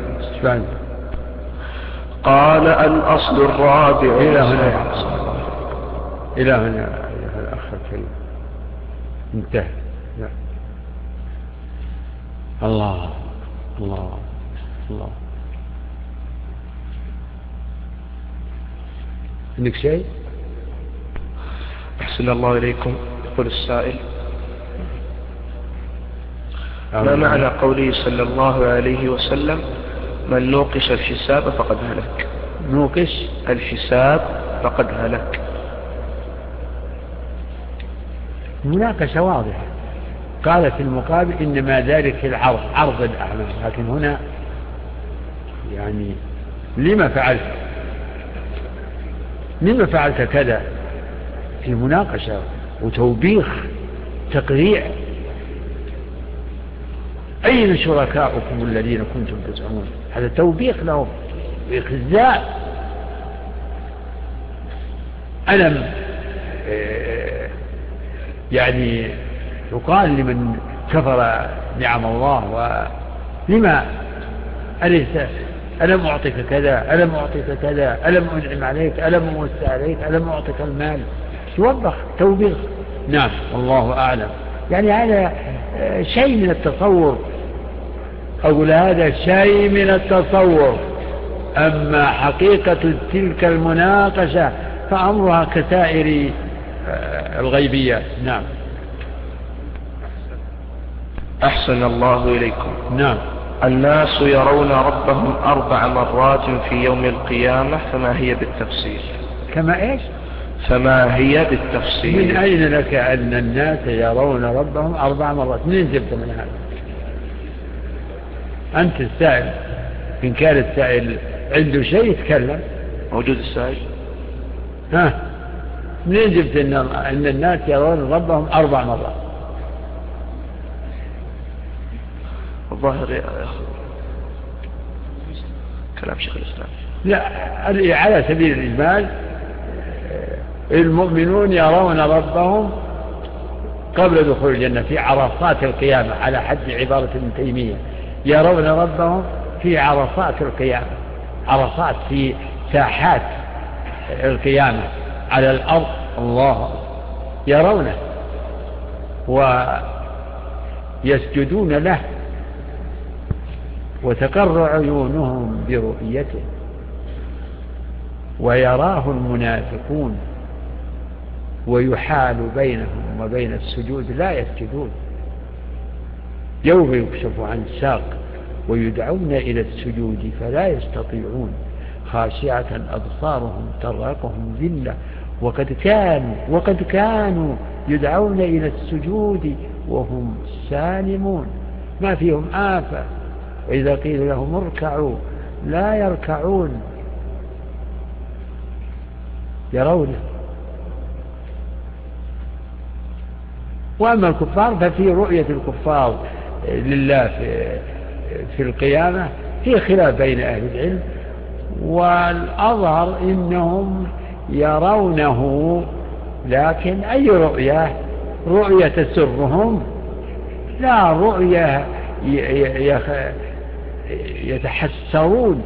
Speaker 2: قال الأصل الرابع.
Speaker 1: إلى هنا الأخ الكريم انتهى. الله الله الله. عندك شيء؟
Speaker 2: أحسن الله إليكم. يقول السائل: ما معنى قوله صلى الله عليه وسلم: من نوقش الحساب فقد هلك؟
Speaker 1: نوقش
Speaker 2: الحساب فقد هلك.
Speaker 1: مناقشة واضحة. قال في المقابل إنما ذلك في العرض، عرض الأعمال، لكن هنا يعني لما فعلت كذا؟ في مناقشة وتوبيخ، تقريع. أين شركاؤكم الذين كنتم تزعمون؟ هذا توبيخ لهم، إخزاء. ألم يعني يقال لمن كفر نعم الله ولما ألم أعطيك كذا، ألم أعطيك كذا، ألم أنعم عليك، ألم أوسع عليك، ألم أعطيك المال. توبخ، توبيخ. نعم والله أعلم. يعني هذا شيء من التصور، أقول هذا شيء من التصور. أما حقيقة تلك المناقشة فأمرها كسائر الغيبيات. نعم.
Speaker 2: أحسن الله إليكم.
Speaker 1: نعم.
Speaker 2: الناس يرون ربهم 4 مرات في يوم القيامة، فما هي بالتفصيل؟
Speaker 1: كما إيش؟
Speaker 2: فما هي بالتفصيل؟
Speaker 1: من أين لك أن الناس يرون ربهم 4 مرات؟ منين جبت من هذا؟ أنت السائل، إن كان السائل عنده شيء يتكلم.
Speaker 2: موجود السائل.
Speaker 1: ها، منين جبت أن الناس يرون ربهم 4 مرات؟
Speaker 2: الظاهر كلام شيخ الإسلام.
Speaker 1: لا، على سبيل الإجمال، المؤمنون يرون ربهم قبل دخول الجنة في عرصات القيامة، على حد عبارة ابن تيمية. يرون ربهم في عرصات القيامة، عرصات في ساحات القيامة على الأرض. الله يرونه ويسجدون له وتقر عيونهم برؤيته، ويراه المنافقون ويحال بينهم وبين السجود لا يسجدون. يوم يكشف عن ساق ويدعون إلى السجود فلا يستطيعون، خاشعة أبصارهم ترهقهم ذلة وقد كانوا يدعون إلى السجود وهم سالمون، ما فيهم آفة. وإذا قيل لهم اركعوا لا يركعون، يرونه. وأما الكفار ففي رؤية الكفار لله في القيامة في خلاف بين أهل العلم، والأظهر إنهم يرونه، لكن أي رؤية؟ رؤية تسرهم، لا رؤية يتحسرون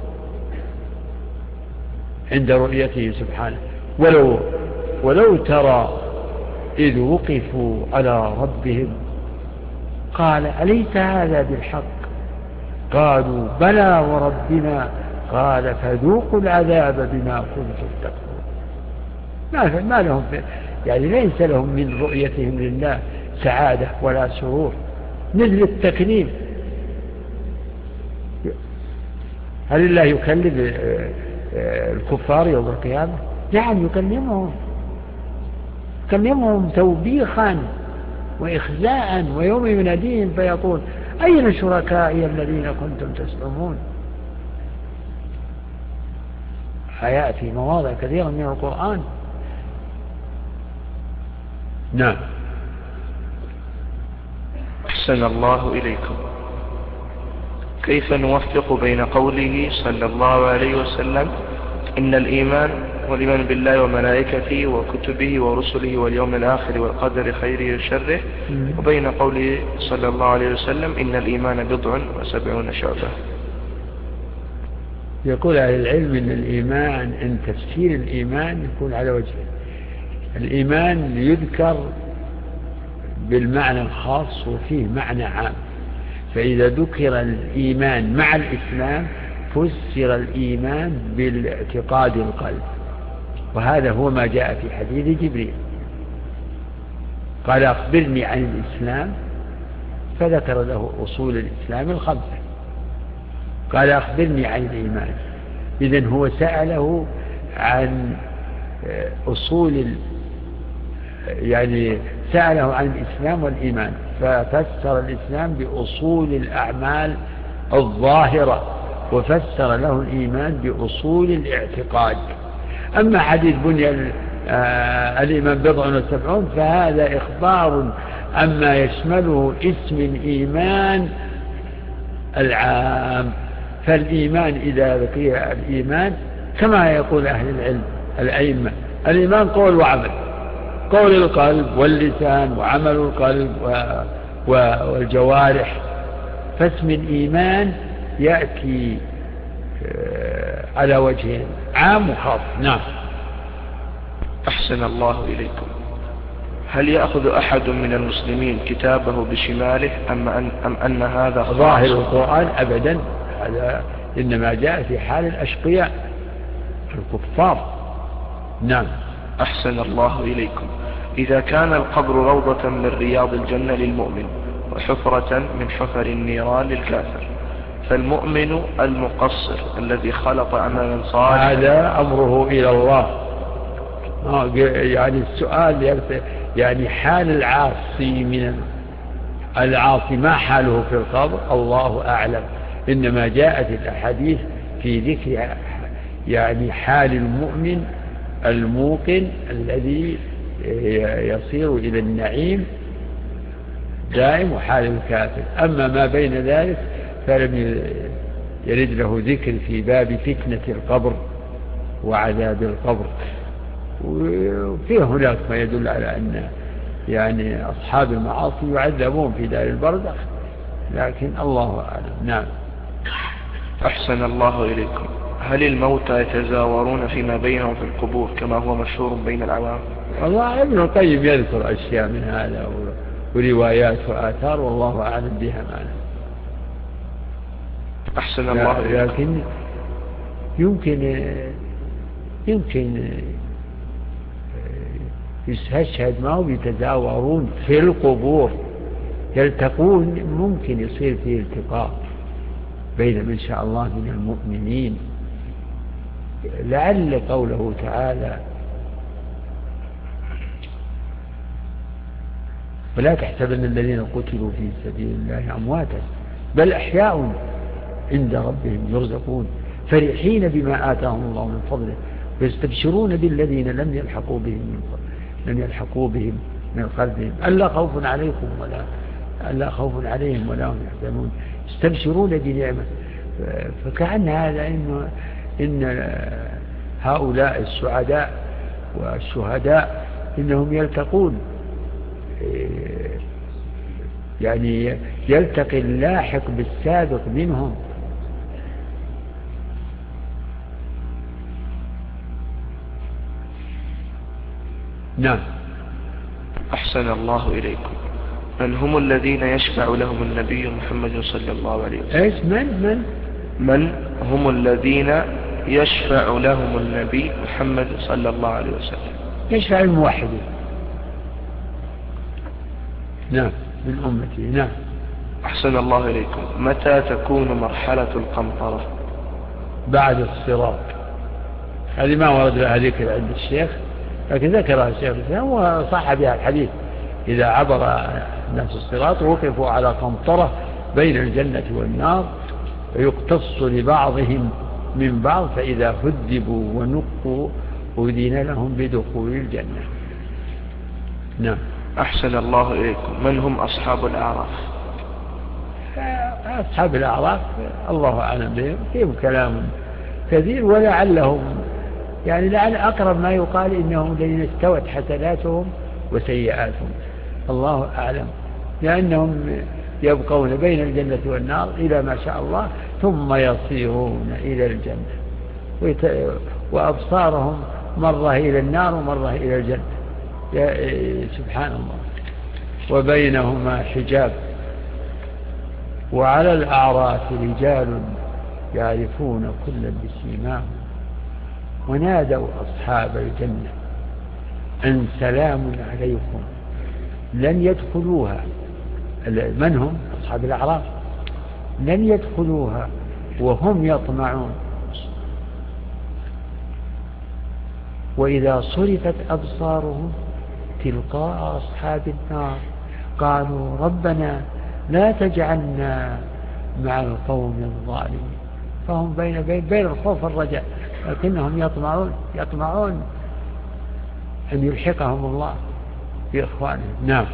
Speaker 1: عند رؤيته سبحانه. ولو ترى إذ وقفوا على ربهم قال أليس هذا بالحق؟ قالوا بلى وربنا، قال فذوقوا العذاب بما كنتم تكفرون. ما لهم يعني ليس لهم من رؤيتهم لله سعادة ولا سرور، مثل التكليف. هل الله يكلم الكفار يوم القيامة؟ نعم يكلمهم توبيخا وإخزاء، ويوم يناديهم فيقول أين شركائي الذين كنتم تزعمون. آيات في مواضع كثيرة من القرآن. نعم.
Speaker 2: أحسن الله إليكم. كيف نوفق بين قوله صلى الله عليه وسلم إن الإيمان والإيمان بالله وملائكته وكتبه ورسله واليوم الآخر والقدر خيره وشره، وبين قوله صلى الله عليه وسلم إن الإيمان 70 شعبة؟
Speaker 1: يقول أهل العلم إن الإيمان، إن تفسير الإيمان يكون على وجهين. الإيمان يذكر بالمعنى الخاص وفيه معنى عام، فإذا ذكر الإيمان مع الإسلام فسر الإيمان بالاعتقاد القلب، وهذا هو ما جاء في حديث جبريل قال أخبرني عن الإسلام، فذكر له أصول الإسلام 5. قال أخبرني عن الإيمان، إذن هو سأله عن أصول، يعني سأله عن الإسلام والإيمان، ففسر الإسلام بأصول الأعمال الظاهرة، وفسر له الإيمان بأصول الاعتقاد. أما حديث بني الإيمان 70 فهذا إخبار عما يشمله اسم الإيمان العام. فالإيمان إذا ذكر الإيمان كما يقول أهل العلم الأئمة، الإيمان قول وعمل، قول القلب واللسان وعمل القلب والجوارح، فاسم الإيمان يأتي على وجهين، عام وخاص. نعم.
Speaker 2: أحسن الله إليكم. هل يأخذ أحد من المسلمين كتابه بشماله أم أن هذا
Speaker 1: ظاهر القرآن؟ أبدا، هذا إنما جاء في حال الأشقياء الكفار. نعم.
Speaker 2: أحسن الله إليكم. إذا كان القبر روضة من رياض الجنة للمؤمن وحفرة من حفر النيران للكافر، فالمؤمن المقصر الذي خلط عملا صالحا
Speaker 1: هذا أمره إلى الله. يعني السؤال يعني حال العاصي العاصي ما حاله في القبر الله أعلم، إنما جاءت الأحاديث في ذكر يعني حال المؤمن الموقن الذي يصير إلى النعيم دائم، وحال الكافر. أما ما بين ذلك فلم يرد له ذكر في باب فتنة القبر وعذاب القبر. وفي هناك ما يدل على أن يعني أصحاب المعاصي يعذبون في دار البرزخ، لكن الله أعلم. نعم.
Speaker 2: أحسن الله إليكم. هل الموتى يتزاورون فيما بينهم في القبور كما هو مشهور بين العوام؟
Speaker 1: والله ابن القيم يذكر أشياء من هذا وروايات وآثار، والله أعلم بها معنا.
Speaker 2: أحسن الله إليكم.
Speaker 1: لكن يمكن يستشهد ما هم يتزاورون في القبور، يلتقون، ممكن يصير فيه التقاء بين من شاء الله من المؤمنين. لعل قوله تعالى ولا تحسبن الذين قتلوا في سبيل الله أمواتا بل أحياء عند ربهم يرزقون فرحين بما آتاهم الله من فضله ويستبشرون بالذين لم يلحقوا بهم من خلفهم ألا خوف عليهم ولا هم يحزنون يستبشرون بنعمة. فكأن هذا إن هؤلاء السعداء والشهداء إنهم يلتقون، يعني يلتقي اللاحق بالسابق منهم. نعم.
Speaker 2: أحسن الله إليكم. من هم الذين يشفع لهم النبي محمد صلى الله عليه وسلم؟
Speaker 1: إيش؟
Speaker 2: من هم الذين يشفع لهم النبي محمد صلى الله عليه وسلم؟
Speaker 1: يشفع الموحدين. نعم، من أمتي. نعم.
Speaker 2: أحسن الله إليكم. متى تكون مرحلة القنطرة؟
Speaker 1: بعد الصراط. هذه ما ورد لها ذكر عند الشيخ، لكن ذكرها الشيخ الإسلام وصح بها الحديث: إذا عبر الناس الصراط وقفوا على قنطرة بين الجنة والنار ويقتص لبعضهم من بعض، فإذا هذبوا ونقوا أذن لهم بدخول الجنة. نعم.
Speaker 2: أحسن الله إليكم. من هم أصحاب الأعراف؟
Speaker 1: أصحاب الأعراف الله أعلم بهم، فيهم كلام كثير، ولعلهم يعني لعل أقرب ما يقال إنهم الذين استوت حسناتهم وسيئاتهم، الله أعلم، لأنهم يبقون بين الجنة والنار إلى ما شاء الله، ثم يصيرون إلى الجنة، وأبصارهم مرة إلى النار ومرة إلى الجنة، سبحان الله، وبينهما حجاب. وعلى الأعراف رجال يعرفون كلا بسيماهم ونادوا أصحاب الجنة أن سلام عليكم لن يدخلوها. من هم أصحاب الأعراف؟ لن يدخلوها وهم يطمعون. وإذا صرفت أبصارهم تلقاء أصحاب النار قالوا ربنا لا تجعلنا مع القوم الظالمين. فهم بين الخوف والرجاء، لكنهم يطمعون أن يلحقهم الله بإخوانهم. نعم.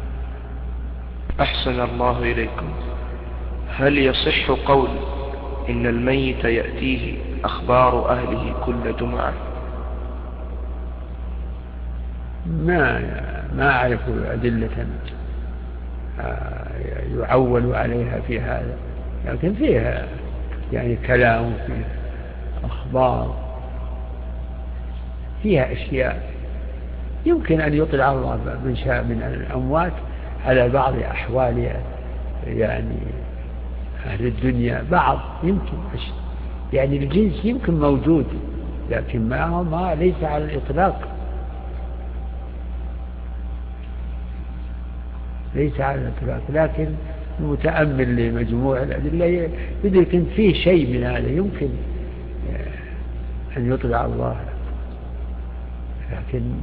Speaker 2: أحسن الله إليكم. هل يصح قول إن الميت يأتيه أخبار أهله كل جمعة؟
Speaker 1: ما أعرف أدلة يعول عليها في هذا، لكن فيها يعني كلام وفيها أخبار، فيها أشياء يمكن أن يطلع الله من شاء من الأموات على بعض أحوال يعني أهل الدنيا، بعض يمكن يعني الجنس يمكن موجود، لكن ما ليس على الإطلاق، ليس على الإطلاق. لكن المتأمل لمجموع الأدلة يدرك أن فيه شيء من هذا يمكن أن يطلع الله، لكن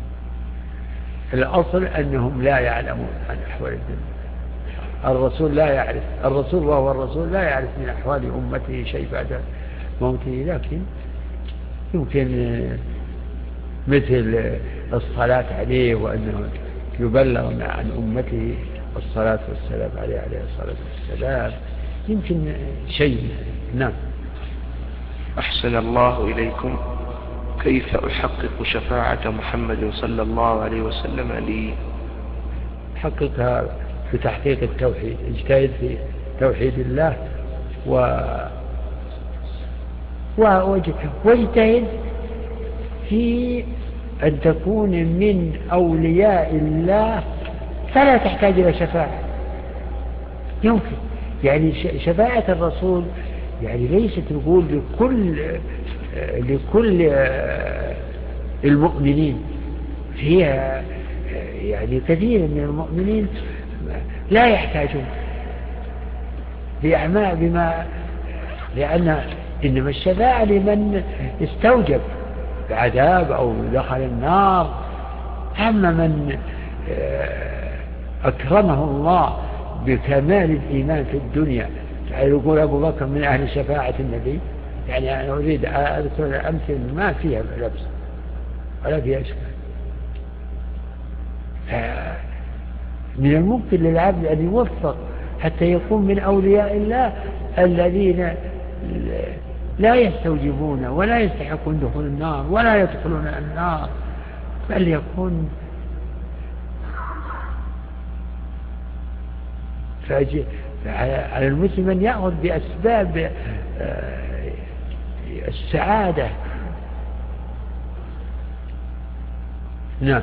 Speaker 1: الأصل أنهم لا يعلمون عن أحوال الدنيا. الرسول لا يعرف، الرسول وهو الرسول لا يعرف من أحوال أمته شيء بعد موته، لكن يمكن مثل الصلاة عليه وأنه يبلغ عن أمته الصلاة والسلام عليه الصلاة والسلام، يمكن شيء. نعم.
Speaker 2: أحسن الله إليكم. كيف أحقق شفاعة محمد صلى الله عليه وسلم لي؟
Speaker 1: حققها بتحقيق التوحيد، اجتهد في توحيد الله واجتهد في أن تكون من أولياء الله فلا تحتاج إلى شفاعة. يمكن يعني شفاعة الرسول يعني ليست نقول لكل المؤمنين، فيها يعني كثير من المؤمنين لا يحتاجون بأعمال لأن إنما الشفاعة لمن استوجب بعذاب أو دخل النار. أما من أكرمه الله بكمال الإيمان في الدنيا، يعني يقول أبو بكر من أهل شفاعة النبي، يعني أنا أريد أذكر الأمثلة ما فيها لبس ولا فيها إشكال. من الممكن للعبد أن يوفق حتى يكون من أولياء الله الذين لا يستوجبون ولا يستحقون دخول النار ولا يدخلون النار، بل يكون على المسلم أن يأخذ بأسباب السعادة. نعم.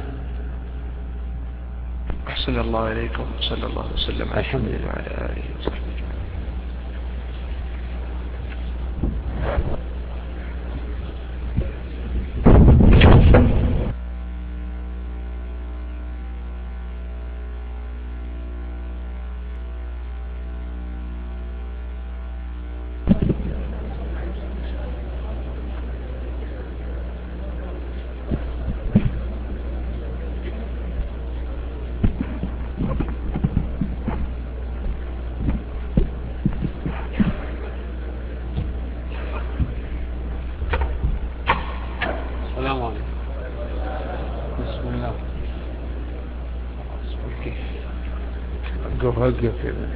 Speaker 2: أحسن الله إليكم. صلى الله وسلم على محمد وعلى آله وصحبه.
Speaker 1: وقف.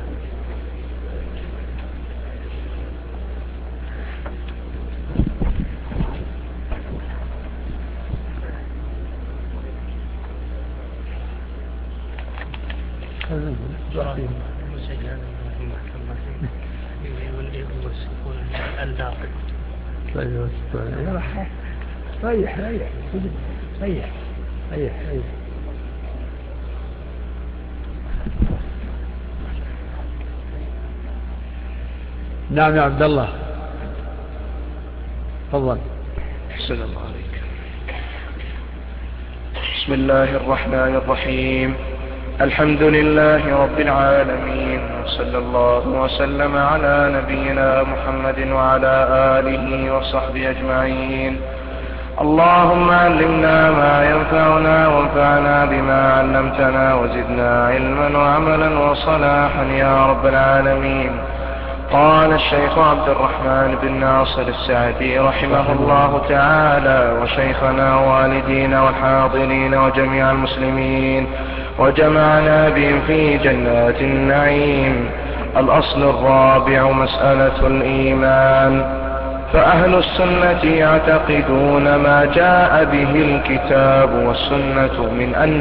Speaker 1: ريح نعم يا عبد الله تفضل.
Speaker 2: أحسن الله عليك. بسم الله الرحمن الرحيم. الحمد لله رب العالمين، وصلى الله وسلم على نبينا محمد وعلى آله وصحبه أجمعين. اللهم علمنا ما ينفعنا وانفعنا بما علمتنا وزدنا علما وعملا وصلاحا يا رب العالمين. قال الشيخ عبد الرحمن بن ناصر السعدي رحمه الله تعالى، وشيخنا والدينا والحاضرين وجميع المسلمين وجمعنا بهم في جنات النعيم. الأصل الرابع مسألة الإيمان. فأهل السنة يعتقدون ما جاء به الكتاب والسنة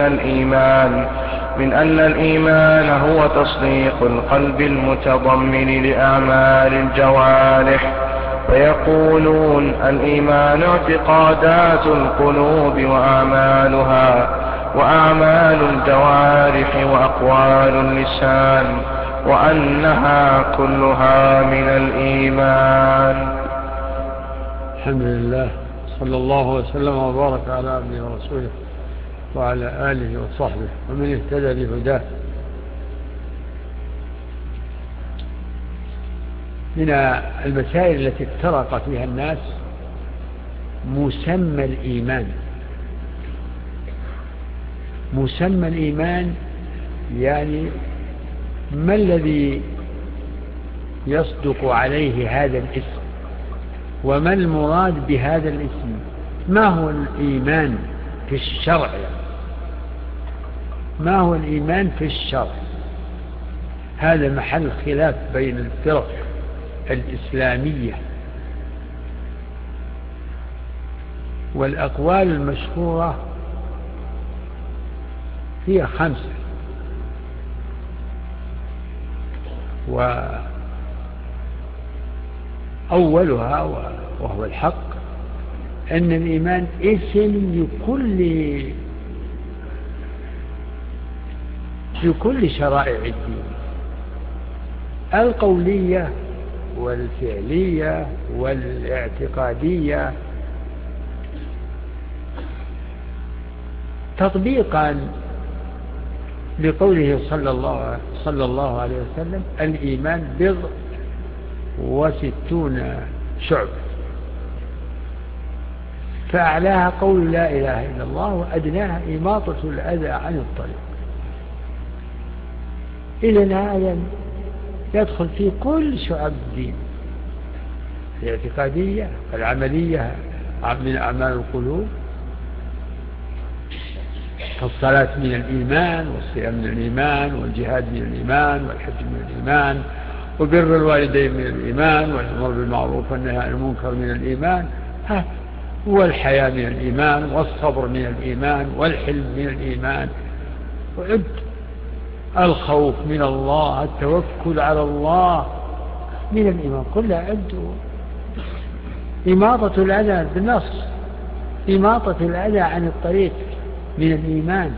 Speaker 2: من أن الإيمان هو تصديق القلب المتضمن لأعمال الجوارح، فيقولون الإيمان اعتقادات القلوب وأعمالها، وأعمال الجوارح وأقوال اللسان، وأنها كلها من الإيمان.
Speaker 1: الحمد لله، صلى الله وسلم وبارك على عبده ورسوله وعلى آله وصحبه ومن اهتدى بهداه. من المسائل التي افترق فيها الناس مسمى الإيمان. مسمى الإيمان يعني ما الذي يصدق عليه هذا الاسم، وما المراد بهذا الاسم، ما هو الإيمان في الشرع، ما هو الإيمان في الشرع. هذا محل خلاف بين الفرق الإسلامية، والأقوال المشهورة هي 5، وأولها وهو الحق أن الإيمان اسم لكل شرائع الدين، القولية والفعلية والاعتقادية، تطبيقا لقوله صلى الله عليه وسلم: الإيمان 60 شعبة، فأعلاها قول لا إله إلا الله، وأدناها إماطة الأذى عن الطريق. إذن هذا يدخل في كل شعب الدين، الاعتقادية، العملية من أعمال القلوب، فالصلاة من الإيمان، والصيام من الإيمان، والجهاد من الإيمان، والحج من الإيمان، وبر الوالدين من الإيمان، والأمر بالمعروف والنهي عن المنكر من الإيمان، والحياة من الإيمان، والصبر من الإيمان، والحلم من الإيمان، وعد الخوف من الله، التوكل على الله من الإيمان، كلها عد. إماطة الأذى بالنص، إماطة الأذى عن الطريق من الإيمان.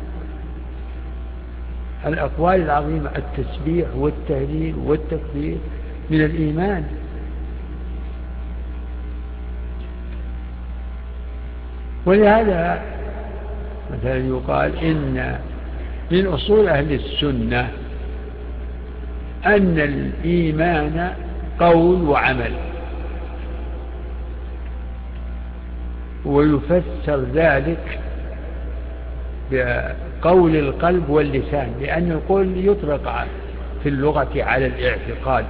Speaker 1: الأقوال العظيمة، التسبيح والتهليل والتكبير من الإيمان. ولهذا مثلا يقال إن من أصول أهل السنة أن الإيمان قول وعمل، ويفسر ذلك بقول القلب واللسان، لأن القول يطلق في اللغة على الاعتقاد،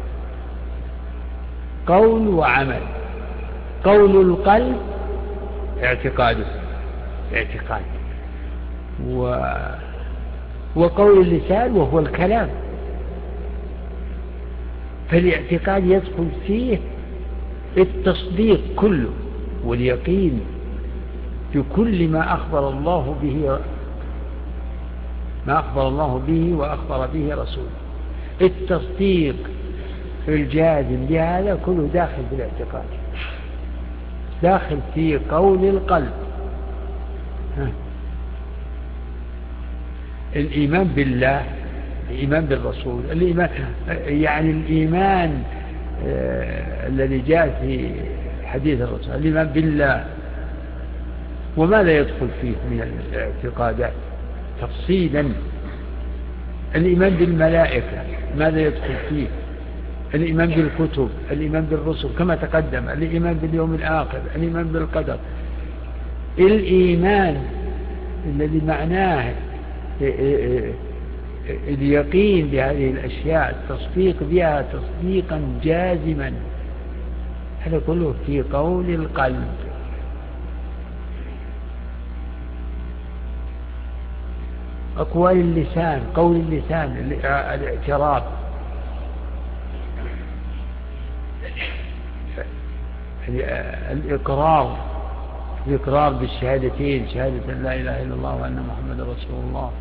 Speaker 1: قول وعمل. قول القلب اعتقاد، وقول اللسان وهو الكلام. فالاعتقاد يدخل فيه التصديق كله واليقين بكل ما أخبر الله به وأخبر به رسوله. التصديق الجازم بهذا كله داخل في الاعتقاد، داخل في قول القلب. الإيمان بالله، الإيمان بالرسول، الإيمان يعني الإيمان الذي جاء في حديث الرسول، الإيمان بالله. وماذا يدخل فيه من الاعتقادات تفصيلا؟ الإيمان بالملائكة ماذا يدخل فيه؟ الإيمان بالكتب، الإيمان بالرسل كما تقدم، الإيمان باليوم الآخر، الإيمان بالقدر. الإيمان الذي معناه اليقين بهذه الأشياء، التصديق بها تصديقا جازما، هذا كله في قول القلب. أقوال اللسان، قول اللسان الاعتراف، الإقرار بالشهادتين، شهادة لا إله إلا الله وأن محمد رسول الله.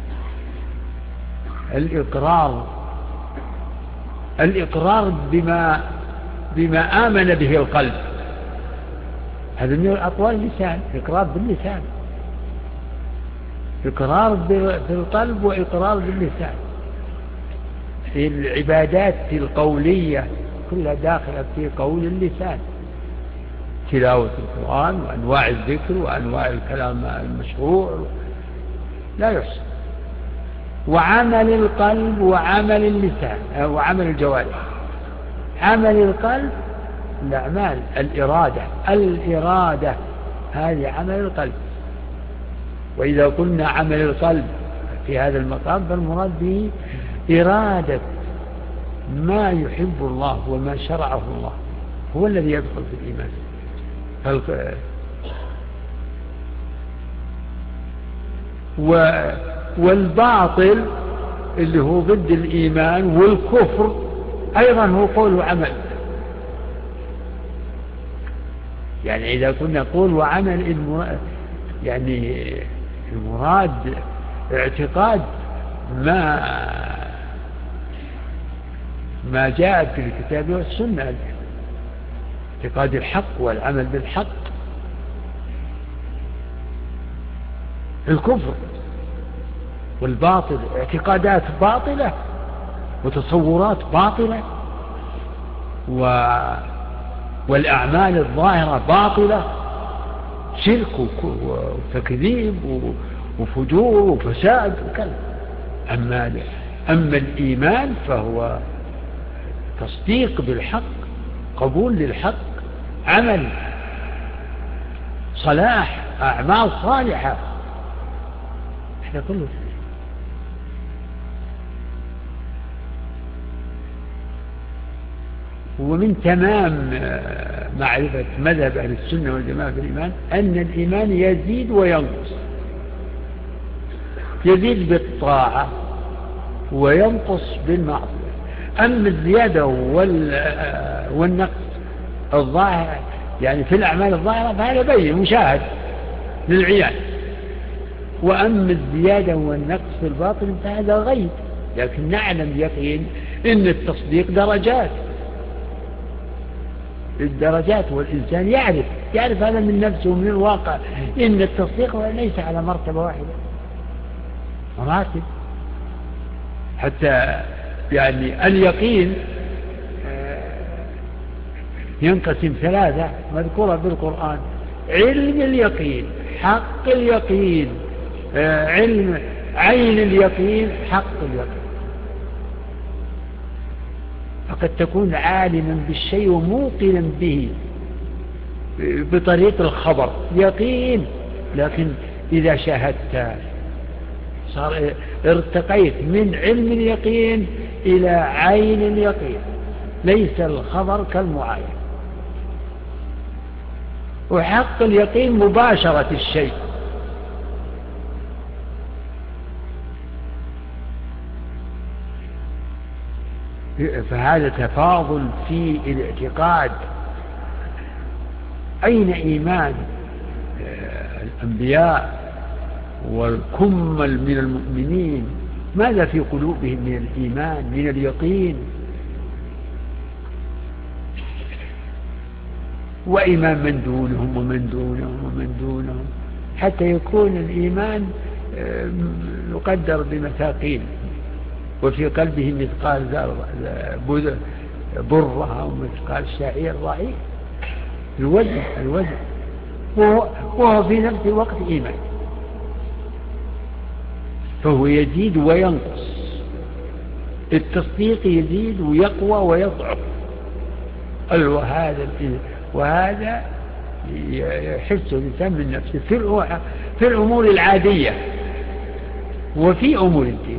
Speaker 1: الإقرار بما آمن به القلب، هذا من أقوال اللسان، إقرار باللسان، إقرار بالقلب وإقرار باللسان. العبادات القولية كلها داخلة في قول اللسان، تلاوة القرآن وأنواع الذكر وأنواع الكلام المشروع لا يحصى. وعمل القلب وعمل اللسان وعمل الجوارح. عمل القلب الأعمال، الإرادة هذه عمل القلب. وإذا قلنا عمل القلب في هذا المقام فالمراد به إرادة ما يحب الله وما شرعه الله، هو الذي يدخل في الإيمان. والباطل اللي هو ضد الإيمان والكفر أيضا هو قول وعمل. يعني إذا كنا قول وعمل يعني المراد اعتقاد ما جاء في الكتاب والسنة، اعتقاد الحق والعمل بالحق. الكفر والباطل اعتقادات باطلة وتصورات باطلة والأعمال الظاهرة باطلة، شرك وتكذيب وفجور وفساد وكذا. أما الإيمان فهو تصديق بالحق، قبول للحق، عمل صلاح، أعمال صالحة، احنا كله. ومن تمام معرفة مذهب أهل السنة والجماعة في الإيمان أن الإيمان يزيد وينقص، يزيد بالطاعة وينقص بالمعصية. أما الزيادة والنقص الظاهر يعني في الأعمال الظاهرة فهذا بين مشاهد للعيان، وأما الزيادة والنقص في الباطن فهذا غيب. لكن نعلم يقين إن التصديق الدرجات، والإنسان يعرف هذا من نفسه ومن الواقع، إن التصديق ليس على مرتبة واحدة، مراتب. حتى يعني اليقين ينقسم ثلاثة مذكورة بالقرآن: علم اليقين، حق اليقين، عين اليقين، حق اليقين. فقد تكون عالما بالشيء وموقنا به بطريق الخبر يقين، لكن إذا شاهدت صار ارتقيت من علم اليقين إلى عين اليقين، ليس الخبر كالمعاين. وحق اليقين مباشرة الشيء، فهذا تفاضل في الاعتقاد. أين إيمان الأنبياء والكمل من المؤمنين؟ ماذا في قلوبهم من الإيمان، من اليقين؟ وإيمان من دونهم ومن دونهم ومن دونهم، حتى يكون الإيمان يقدر بمثاقيل، وفي قلبه مثقال برة أو مثقال شعير ضعيف، الوزن وهو في نفس الوقت إيمان، فهو يزيد وينقص. التصديق يزيد ويقوى ويضعف، وهذا يحس الإنسان من نفسه في الأمور العادية وفي أمور الدين.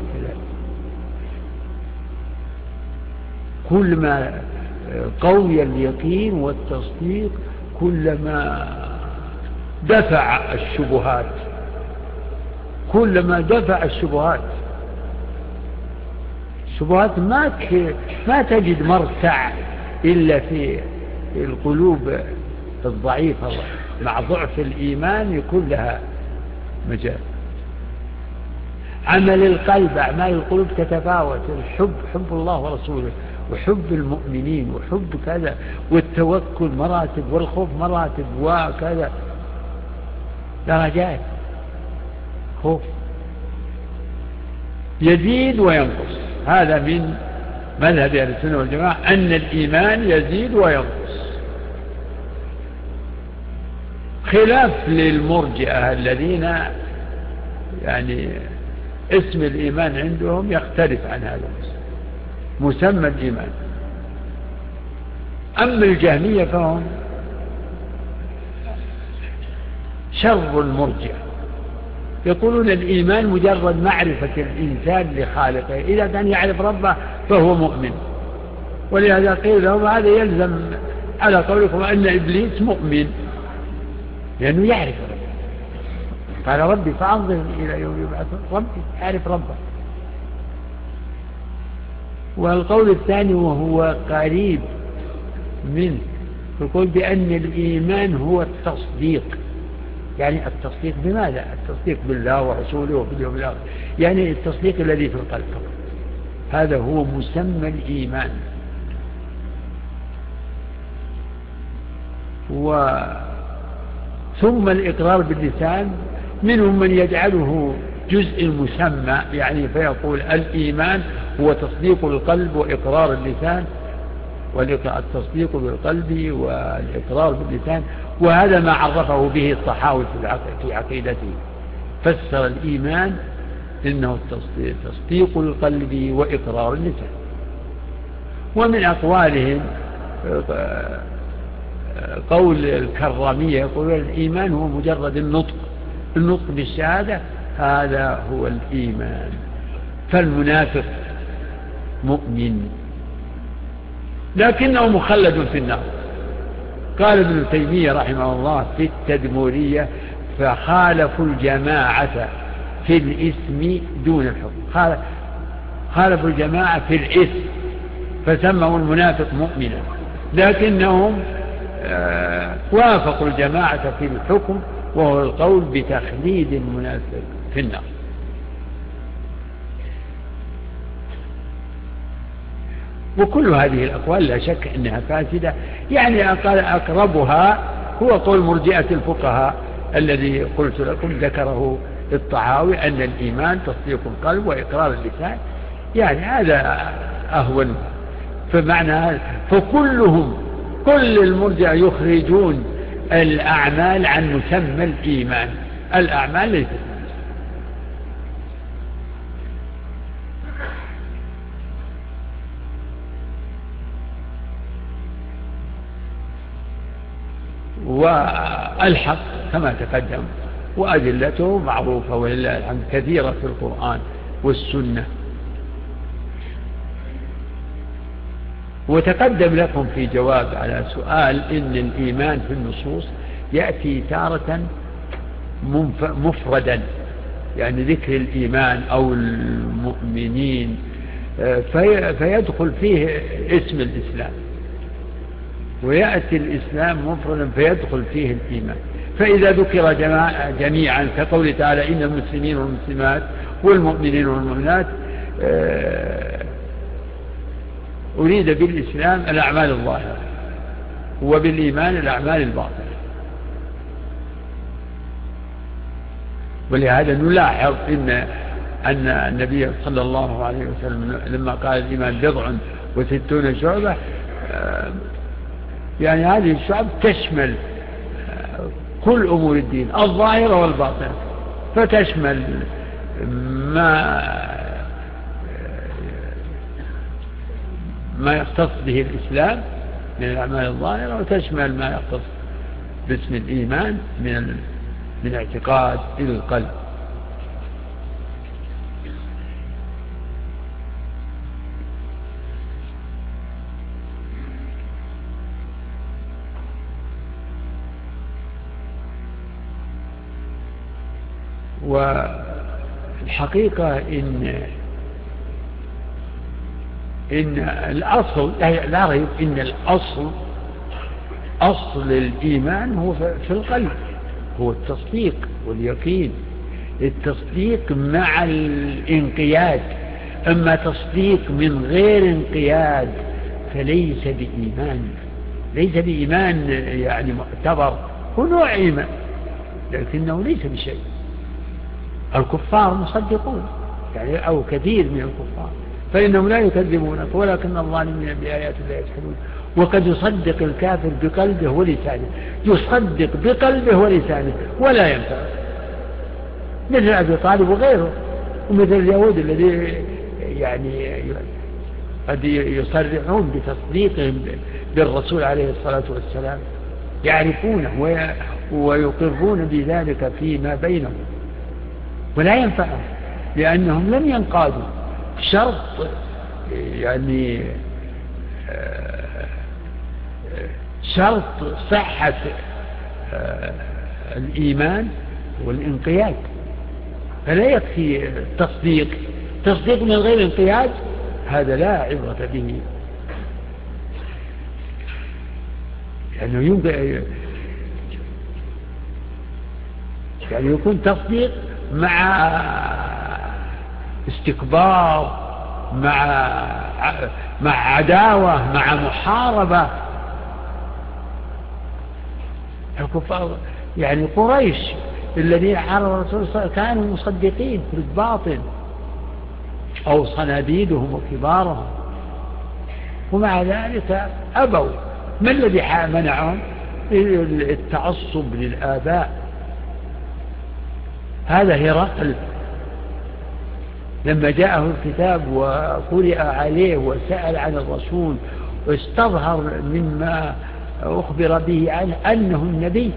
Speaker 1: كلما قوي اليقين والتصديق كلما دفع الشبهات. الشبهات ما تجد مرتع إلا في القلوب الضعيفة، مع ضعف الإيمان يكون لها مجال. عمل القلب، أعمال القلوب تتفاوت، الحب، حب الله ورسوله، وحب المؤمنين، وحب كذا، والتوكل مراتب، والخوف مراتب، وكذا درجات. خوف يزيد وينقص. هذا من مذهب أهل السنة والجماعة، أن الإيمان يزيد وينقص، خلاف للمرجئة الذين يعني اسم الإيمان عندهم يختلف عن هذا مسمى الإيمان. أما الجهمية فهم شر المرجئة، يقولون الإيمان مجرد معرفة الإنسان لخالقه، إذا كان يعرف ربه فهو مؤمن. ولهذا قيل لهم هذا يلزم على قولكم أن إبليس مؤمن، لأنه يعرف ربه. قال ربي فأنظر إلى يوم يبعثون، ربي يعرف ربه. والقول الثاني وهو قريب منه، يقول بأن الإيمان هو التصديق. يعني التصديق بماذا؟ التصديق بالله ورسوله وباليوم الآخر، يعني التصديق الذي في القلب، هذا هو مسمى الإيمان. ثم الإقرار باللسان، منهم من يجعله جزء المسمى، يعني فيقول الإيمان هو تصديق القلب وإقرار اللسان، والتصديق بالقلب والإقرار باللسان. وهذا ما عرفه به الطحاوي في عقيدته، فسر الإيمان إنه تصديق القلب وإقرار اللسان. ومن أقوالهم قول الكرامية، يقول الإيمان هو مجرد النطق بالشهادة، هذا هو الإيمان. فالمنافق مؤمن لكنه مخلد في النار. قال ابن تيمية رحمه الله في التدمورية: فخالفوا الجماعة في الإثم دون الحكم. خالفوا الجماعة في الإثم فسموا المنافق مؤمنا، لكنهم وافقوا الجماعة في الحكم، وهو القول بتخليد المنافق في النار. وكل هذه الأقوال لا شك أنها فاسدة، يعني أقربها هو قول مرجئة الفقهاء الذي قلت لكم ذكره الطحاوي، أن الإيمان تصديق القلب وإقرار اللسان، يعني هذا أهون. فمعنى فكلهم كل المرجئة يخرجون الأعمال عن مسمى الإيمان، الأعمال ليست. والحق كما تقدم وأدلته معروفة ولله الحمد كثيرة في القرآن والسنة. وتقدم لكم في جواب على سؤال إن الإيمان في النصوص يأتي تارة مفردا، يعني ذكر الإيمان أو المؤمنين فيدخل فيه اسم الإسلام، ويأتي الإسلام مفردا فيدخل فيه الإيمان. فإذا ذكر جميعا كقوله تعالى إن المسلمين والمسلمات والمؤمنين والمؤمنات أريد بالإسلام الأعمال الظاهرة، وبالإيمان الأعمال الباطنة. ولهذا نلاحظ أن النبي صلى الله عليه وسلم لما قال الإيمان 69 شعبة، يعني هذه الشعب تشمل كل أمور الدين الظاهرة والباطنة، فتشمل ما يختص به الإسلام من الأعمال الظاهرة، وتشمل ما يختص باسم الإيمان من اعتقاد إلى القلب. والحقيقة إن الأصل لا ريب إن الأصل أصل الإيمان هو في القلب، هو التصديق واليقين، التصديق مع الانقياد. أما تصديق من غير انقياد فليس بإيمان، ليس بإيمان يعني معتبر، هو نوع إيمان لكنه ليس بشيء. الكفار مصدقون يعني أو كثير من الكفار فإنهم لا يكذبونك، ولكن الظالمين بآيات الله يجحدون. وقد يصدق الكافر بقلبه ولسانه، يصدق بقلبه ولسانه ولا ينفع، مثل أبي طالب وغيره، ومثل اليهود الذي يعني قد يصرحون بتصديقهم بالرسول عليه الصلاة والسلام، يعرفونه ويقرون بذلك فيما بينهم، ولا ينفعهم لأنهم لم ينقادوا. شرط يعني شرط صحة الإيمان والانقياد، فلا يكفي تصديق من غير انقياد، هذا لا عبرة به. لأنه يعني يكون تصديق مع استكبار، مع عداوة، مع محاربة. الكفار يعني قريش الذين حاربوا الرسول صلى الله عليه وسلم كانوا مصدقين في الباطن، أو صناديدهم وكبارهم، ومع ذلك أبوا. ما الذي منعهم؟ التعصب للآباء. هذا هرقل لما جاءه الكتاب وقرئ عليه وسأل عن الرسول واستظهر مما أخبر به عنه أنه النبي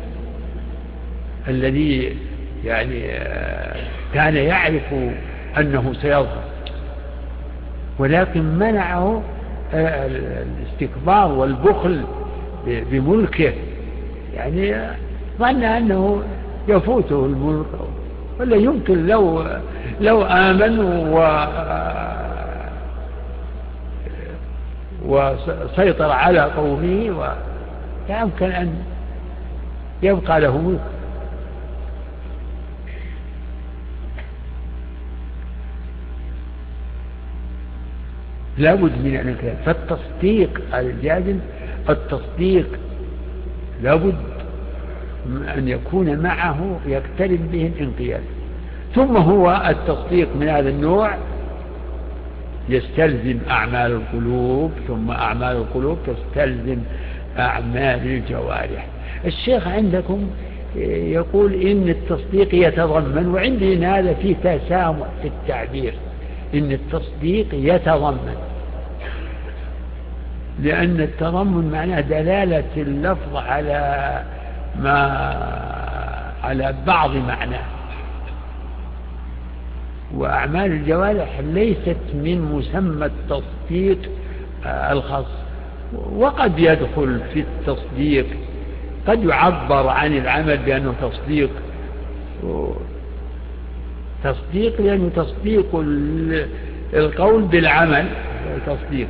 Speaker 1: الذي يعني كان يعرف أنه سيظهر، ولكن منعه الاستكبار والبخل بملكه، يعني ظن أنه يفوته الملك، ولا يمكن لو آمن وسيطر على قومه لا يمكن أن يبقى له ملك. لابد من أن يكون فالتصديق الجازم، التصديق لابد أن يكون معه يقترن به الانقياد. ثم هو التصديق من هذا النوع يستلزم أعمال القلوب، ثم أعمال القلوب تستلزم أعمال الجوارح. الشيخ عندكم يقول إن التصديق يتضمن، وعندي هذا فيه تسامح في التعبير، إن التصديق يتضمن، لأن التضمن معناه دلالة اللفظ على بعض معناه، وأعمال الجوارح ليست من مسمى التصديق الخاص. وقد يدخل في التصديق، قد يعبر عن العمل بأنه تصديق لأنه تصديق القول بالعمل تصديق.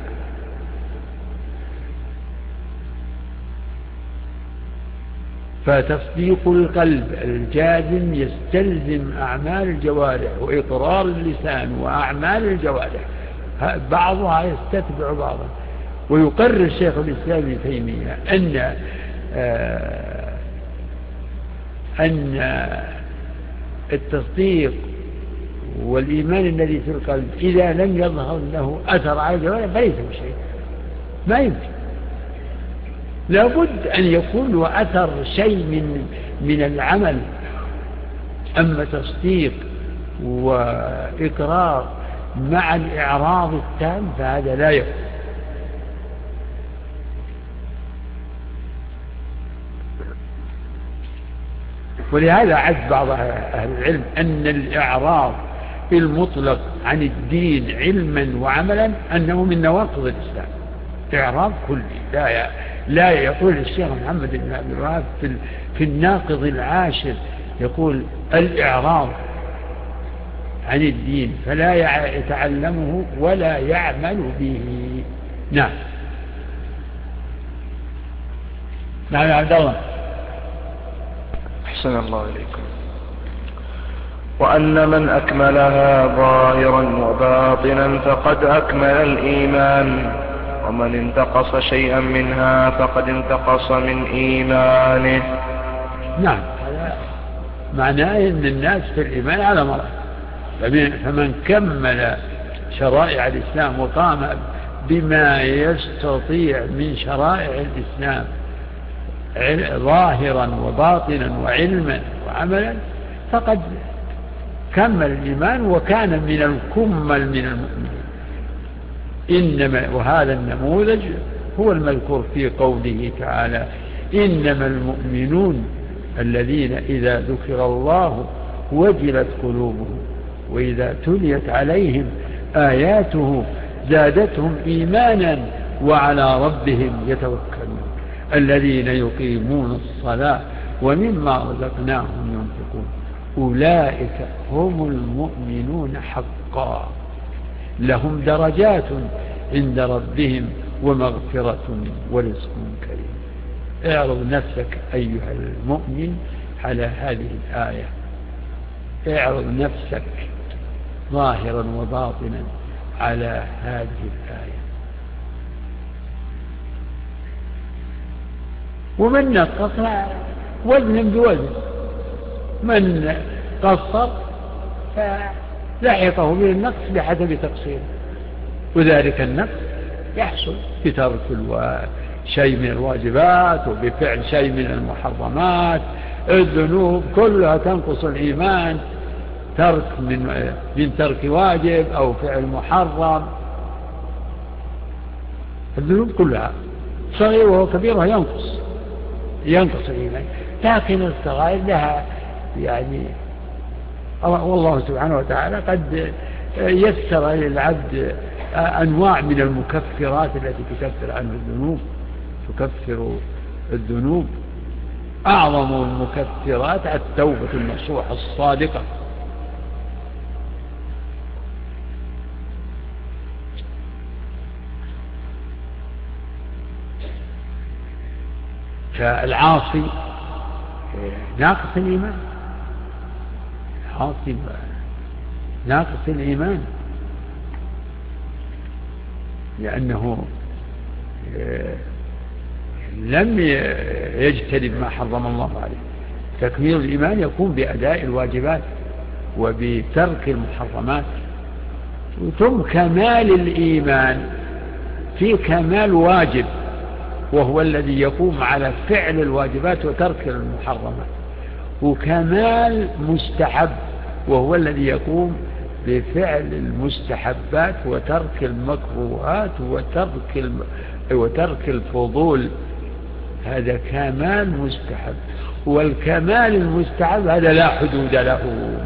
Speaker 1: فتصديق القلب الجازم يستلزم أعمال الجوارح وإقرار اللسان وأعمال الجوارح، بعضها يستتبع بعضا. ويقرر شيخ الإسلام ابن تيمية أن التصديق والإيمان الذي في القلب إذا لم يظهر له أثر على الجوارح فليس بشيء، ما يمكن، لابد أن يكون له أثر شيء من العمل. أما تصديق وإقرار مع الإعراض التام فهذا لا يكون. ولهذا عد بعض أهل العلم أن الإعراض المطلق عن الدين علما وعملا أنه من نواقض الإسلام، إعراض كلي. لا يقول الشيخ محمد بن عبد الوهاب في الناقض العاشر يقول الإعراض عن الدين فلا يتعلمه ولا يعمل به. نعم يا عبد الله.
Speaker 2: أحسن الله إليكم. وأن من أكملها ظاهرا وباطنا فقد أكمل الإيمان، ومن انتقص شيئا منها فقد انتقص من إيمانه.
Speaker 1: نعم، هذا معناه أن الناس في الإيمان على مرة، فمن كمل شرائع الإسلام وقام بما يستطيع من شرائع الإسلام ظاهرا وباطنا وعلما وعملا فقد كمل الإيمان وكان من الكمل من المؤمنين. إنما وهذا النموذج هو المذكور في قوله تعالى إنما المؤمنون الذين إذا ذكر الله وجلت قلوبهم وإذا تليت عليهم آياته زادتهم إيمانا وعلى ربهم يتوكلون الذين يقيمون الصلاة ومما رزقناهم ينفقون أولئك هم المؤمنون حقا لهم درجات عند ربهم ومغفرة ورزق كريم. اعرض نفسك أيها المؤمن على هذه الآية، اعرض نفسك ظاهرا وباطنا على هذه الآية. ومن نقص وزن بوزن، من قصر فلحقه به النقص بحسب تقصيره، وذلك النقص يحصل بترك شيء من الواجبات وبفعل شيء من المحرمات. الذنوب كلها تنقص الإيمان، ترك من ترك واجب أو فعل محرم، الذنوب كلها صغير وهو كبيرها ينقص الإيمان. لكن الصغائر لها يعني والله سبحانه وتعالى قد يسر للعبد أنواع من المكفرات التي تكفر عنه الذنوب، تكفر الذنوب. أعظم المكفرات التوبة النصوح الصادقة. فالعاصي ناقص الإيمان، العاصي ناقص الإيمان لأنه لم يجتنب ما حرم الله عليه. تكميل الإيمان يكون بأداء الواجبات وبترك المحرمات. ثم كمال الإيمان في كمال واجب وهو الذي يقوم على فعل الواجبات وترك المحرمات، وكمال مستحب وهو الذي يقوم بفعل المستحبات وترك المكروهات وترك الفضول. هذا كمال مستحب. والكمال المستحب هذا لا حدود له،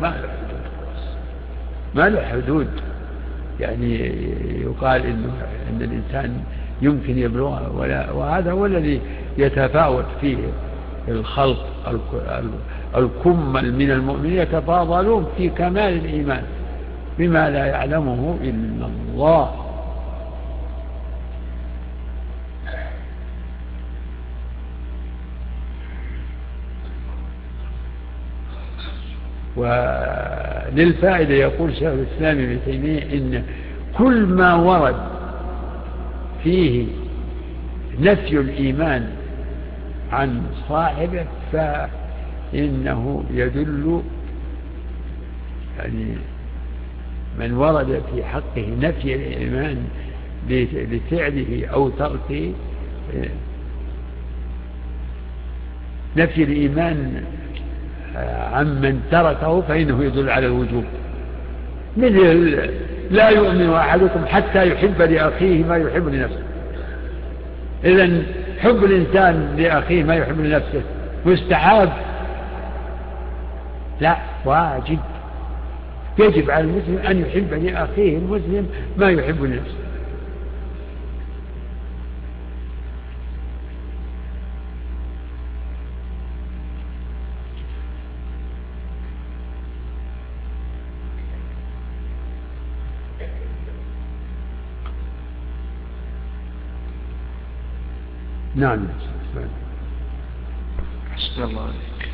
Speaker 1: ما له حدود. يعني يقال إن الإنسان يمكن يبلغها، وهذا هو الذي يتفاوت فيه الخلق. الكمل من المؤمنين يتفاضلون في كمال الإيمان، بما لا يعلمه إلا الله. وللفائدة يقول شيخ الإسلام ابن تيمية إن كل ما ورد فيه نفي الإيمان عن صاحبه فإنه يدل، يعني من ورد في حقه نفي الإيمان لفعله أو تركه، نفي الإيمان عمن تركه فإنه يدل على الوجوب. مثل لا يؤمن أحدكم حتى يحب لأخيه ما يحب لنفسه. إذن حب الإنسان لأخيه ما يحب لنفسه مستحب؟ لا، واجب. يجب على المسلم أن يحب لأخيه المسلم ما يحب لنفسه. نعم.
Speaker 2: حسن الله عليك.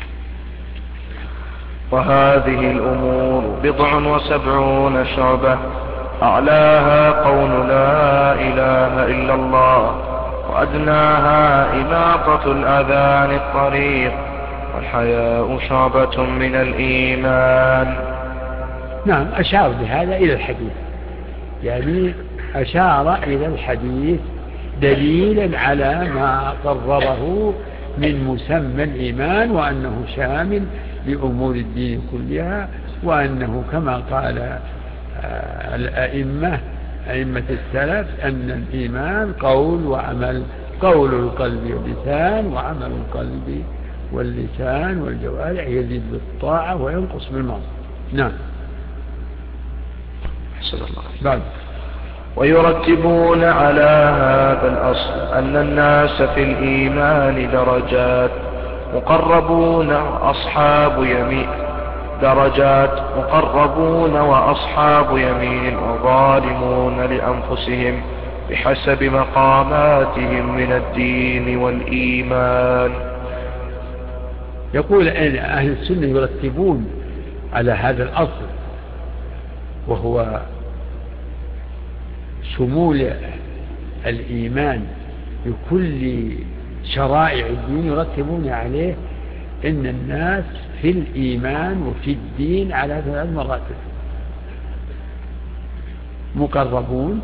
Speaker 2: وهذه الأمور 77 شعبة، أعلاها قول لا إله إلا الله، وأدناها إماطة الأذى عن الطريق، والحياء شعبة من الإيمان.
Speaker 1: نعم، أشار بهذا إلى الحديث، يعني أشار إلى الحديث دليلا على ما قرره من مسمى الإيمان، وأنه شامل لأمور الدين كلها، وأنه كما قال أئمة السلف أن الإيمان قول وعمل، قول القلب واللسان، وعمل القلب واللسان والجوارح يزيد بالطاعة وينقص بالمعصية. نعم.
Speaker 2: حسن الله.
Speaker 1: بعد.
Speaker 2: ويرتبون على هذا الأصل أن الناس في الإيمان درجات، مقربون وأصحاب يمين وظالمون لأنفسهم بحسب مقاماتهم من الدين والإيمان.
Speaker 1: يقول أن أهل السنة يرتبون على هذا الأصل، وهو شمول الإيمان بكل شرائع الدين، يرتبون عليه إن الناس في الإيمان وفي الدين على 3 مراتب: مقربون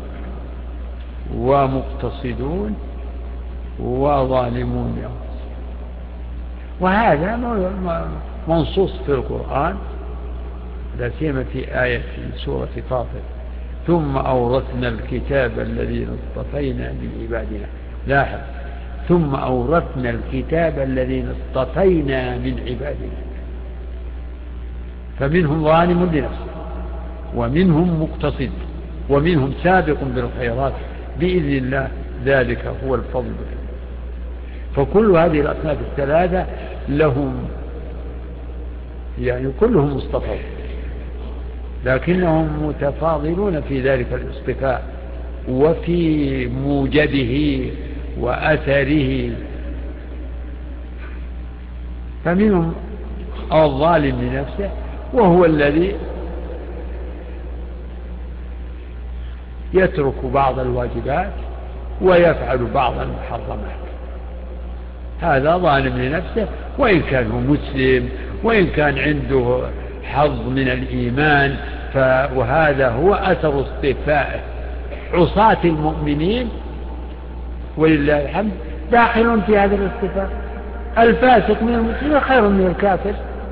Speaker 1: ومقتصدون وظالمون. وهذا منصوص في القرآن، لا سيما في آية في سورة فاطر: ثم أورثنا الكتاب الذين اصطفينا من عبادنا. لاحظ: ثم أورثنا الكتاب الذين اصطفينا من عبادنا. فمنهم ظالم لنفسه، ومنهم مقتصد، ومنهم سابق بالخيرات بإذن الله، ذلك هو الفضل. فكل هذه الأصناف الثلاثة لهم، يعني كلهم مصطفى، لكنهم متفاضلون في ذلك الاصطفاء وفي موجبه وأثره. فمنهم الظالم لنفسه، وهو الذي يترك بعض الواجبات ويفعل بعض المحرمات. هذا ظالم لنفسه، وإن كان هو مسلم، وإن كان عنده حظ من الإيمان، وهذا هو أثر اصطفائه. عصاة المؤمنين ولله الحمد داخل في هذا الاصطفاء. الفاسق من المسلم خير من الكافر.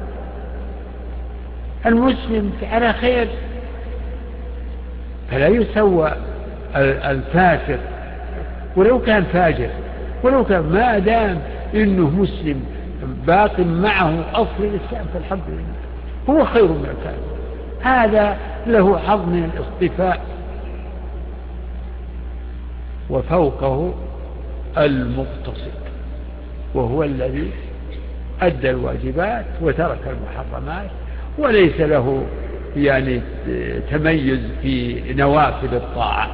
Speaker 1: المسلم على خير، فلا يسوى الفاسق ولو كان فاجر، ولو كان، ما دام إنه مسلم باق معه أصل الإسلام فالحمد لله، هو خير من الكافر. هذا له حظ من الاصطفاء. وفوقه المقتصد، وهو الذي أدى الواجبات وترك المحرمات، وليس له يعني تميز في نوافل الطاعة،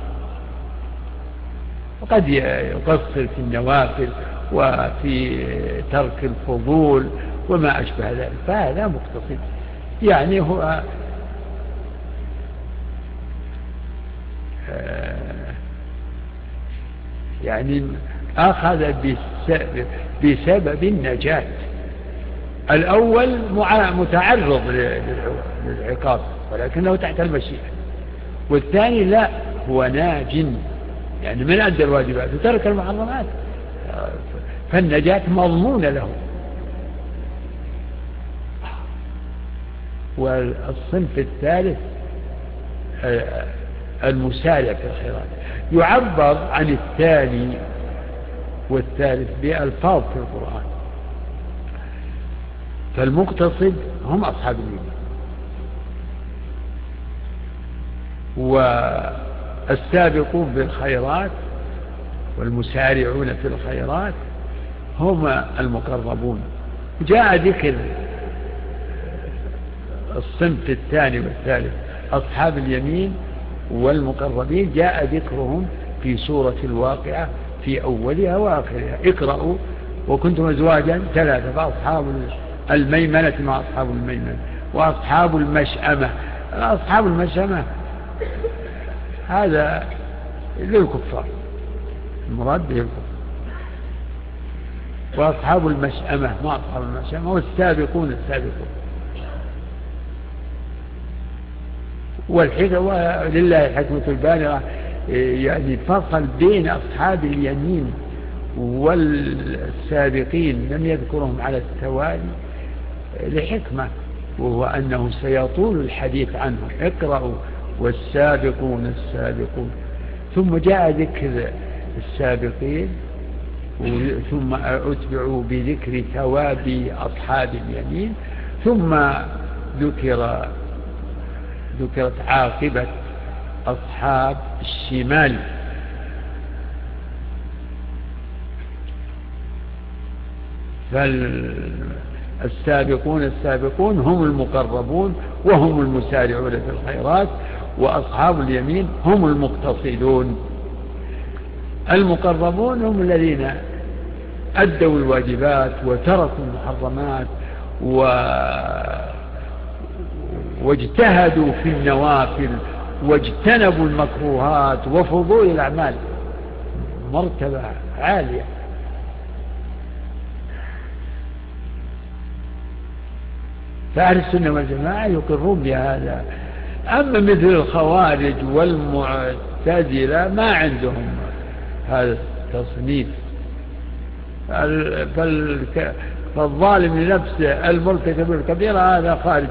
Speaker 1: وقد يقصر في النوافل وفي ترك الفضول وما أشبه ذلك، فهذا مقتصد. يعني هو يعني أخذ بسبب النجاة. الأول متعرض للعقاب ولكنه تحت المشيئة، والثاني لا، هو ناج، يعني من أدى الواجبات وترك المحرمات، فالنجاة مضمونة له. والصنف الثالث المسارع في الخيرات، يعبر عن الثاني والثالث بألفاظ في القرآن. فالمقتصد هم أصحاب اليمين، والسابقون بالخيرات والمسارعون في الخيرات هم المقربون. جاء ذكر الصنف الثاني والثالث أصحاب اليمين والمقربين، جاء ذكرهم في سورة الواقعة في أولها وآخرها. اقرأوا وكنتم أزواجا ثلاثة فأصحاب الميمنة مع أصحاب الميمنة وأصحاب المشأمة. أصحاب المشأمة هذا للكفار، المراد به الكفار. وأصحاب المشأمة مع أصحاب المشأمة والسابقون السابقون. ولله الحكمة البالغة، يعني فصل بين أصحاب اليمين والسابقين لم يذكرهم على التوالي لحكمة، وهو أنه سيطول الحديث عنهم. اقرأوا والسابقون السابقون، ثم جاء ذكر السابقين ثم أتبعوا بذكر ثواب أصحاب اليمين، ثم ذكرت عاقبة أصحاب الشمال. فالسابقون هم المقربون وهم المسارعون في الخيرات، وأصحاب اليمين هم المقتصدون. المقربون هم الذين أدوا الواجبات وتركوا المحرمات واجتهدوا في النوافل واجتنبوا المكروهات وفضول الأعمال، مرتبة عالية. فأهل السنة والجماعة يقرون بهذا. أما مثل الخوارج والمعتزلة ما عندهم هذا التصنيف. فالظالم لنفسه المرتكب الكبيرة هذا خارج،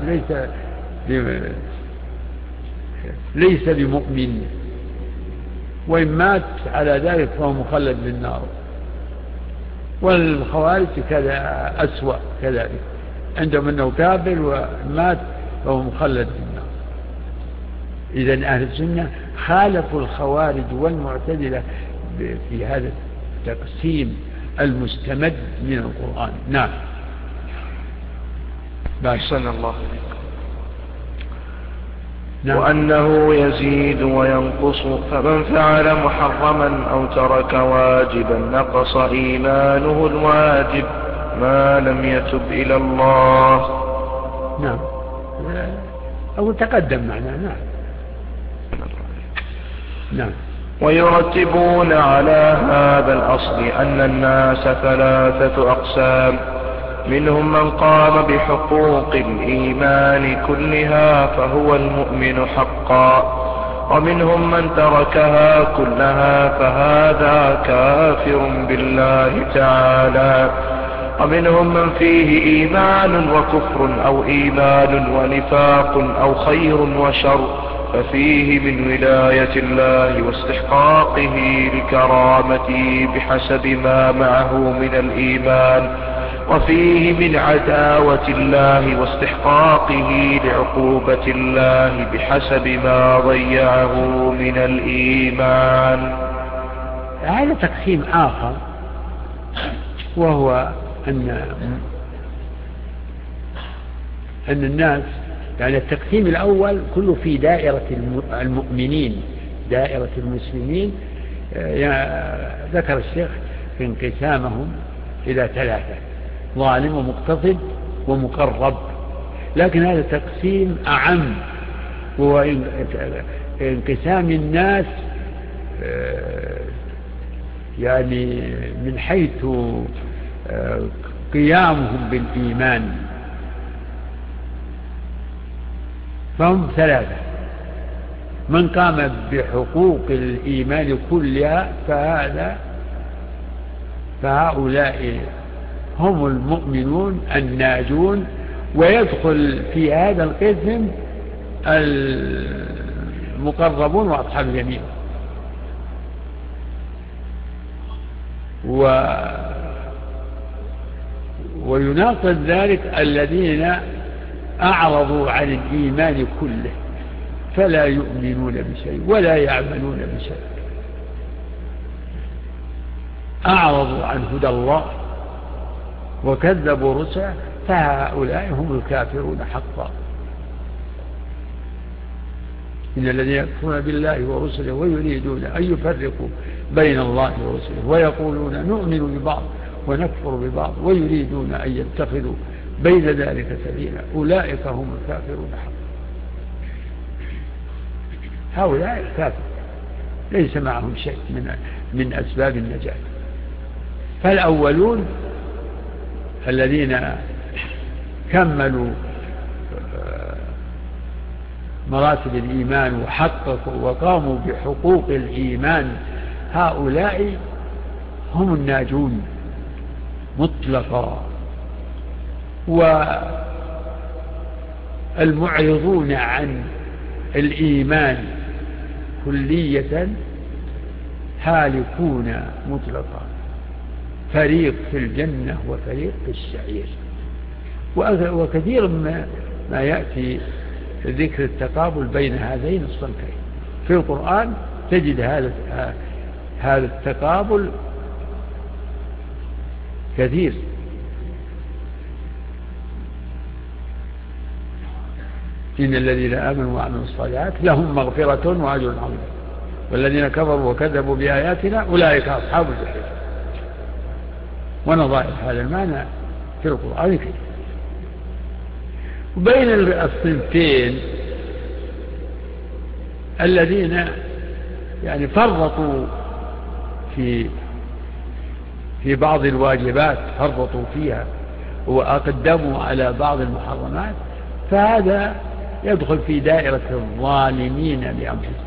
Speaker 1: ليس بمؤمن، وإن مات على ذلك فهو مخلد بالنار. والخوارج كذا أسوأ كذلك، عندهم أنه كافر ومات فهو مخلد بالنار. إذن أهل السنة خالفوا الخوارج والمعتزلة في هذا التقسيم المستمد من القرآن. نعم.
Speaker 2: أحسن الله.
Speaker 1: نعم.
Speaker 2: وأنه يزيد وينقص، فمن فعل محرما أو ترك واجبا نقص إيمانه الواجب ما لم يتب إلى الله.
Speaker 1: نعم. أو تقدم معنا. نعم. نعم.
Speaker 2: ويرتبون على هذا الأصل أن الناس ثلاثة أقسام: منهم من قام بحقوق الإيمان كلها فهو المؤمن حقا، ومنهم من تركها كلها فهذا كافر بالله تعالى، ومنهم من فيه إيمان وكفر أو إيمان ونفاق أو خير وشر، ففيه من ولاية الله واستحقاقه لكرامته بحسب ما معه من الإيمان، وفيه من عداوة الله واستحقاقه لعقوبة الله بحسب ما ضيعه من الإيمان.
Speaker 1: هذا تقسيم آخر، وهو أن الناس يعني التقسيم الأول كله في دائرة المؤمنين، دائرة المسلمين. ذكر الشيخ في انقسامهم إلى 3: ظالم ومقتصد ومقرب. لكن هذا تقسيم أعم، هو انقسام الناس يعني من حيث قيامهم بالإيمان، فهم 3: من قام بحقوق الإيمان كلها فهؤلاء هم المؤمنون الناجون. ويدخل في هذا القسم المقربون وأصحاب اليمين. ويناقض ذلك الذين أعرضوا عن الإيمان كله فلا يؤمنون بشيء ولا يعملون بشيء، أعرضوا عن هدى الله وكذبوا رسله، فهؤلاء هم الكافرون حقا. إن الذين يكفرون بالله ورسله ويريدون أن يفرقوا بين الله ورسله ويقولون نؤمن ببعض ونكفر ببعض ويريدون أن يتخذوا بين ذلك سبيلا أولئك هم الكافرون حقا. هؤلاء الكافر ليس معهم شيء من أسباب النجاة. فالأولون الذين كملوا مراتب الإيمان وحققوا وقاموا بحقوق الإيمان، هؤلاء هم الناجون مطلقا. والمعرضون عن الإيمان كلية هالكون مطلقا، فريق في الجنة وفريق في السعير. وكثير ما يأتي ذكر التقابل بين هذين الصنفين في القرآن، تجد هذا التقابل كثير. إن الذين آمنوا وعملوا الصالحات لهم مغفرة وأجر عظيم والذين كفروا وكذبوا بآياتنا أولئك أصحاب الجحيم. ونظائر هذا المعنى في القرآن كثير. وبين الصنفين الذين يعني فرطوا في بعض الواجبات، فرطوا فيها وأقدموا على بعض المحرمات، فهذا يدخل في دائرة الظالمين لأنفسهم،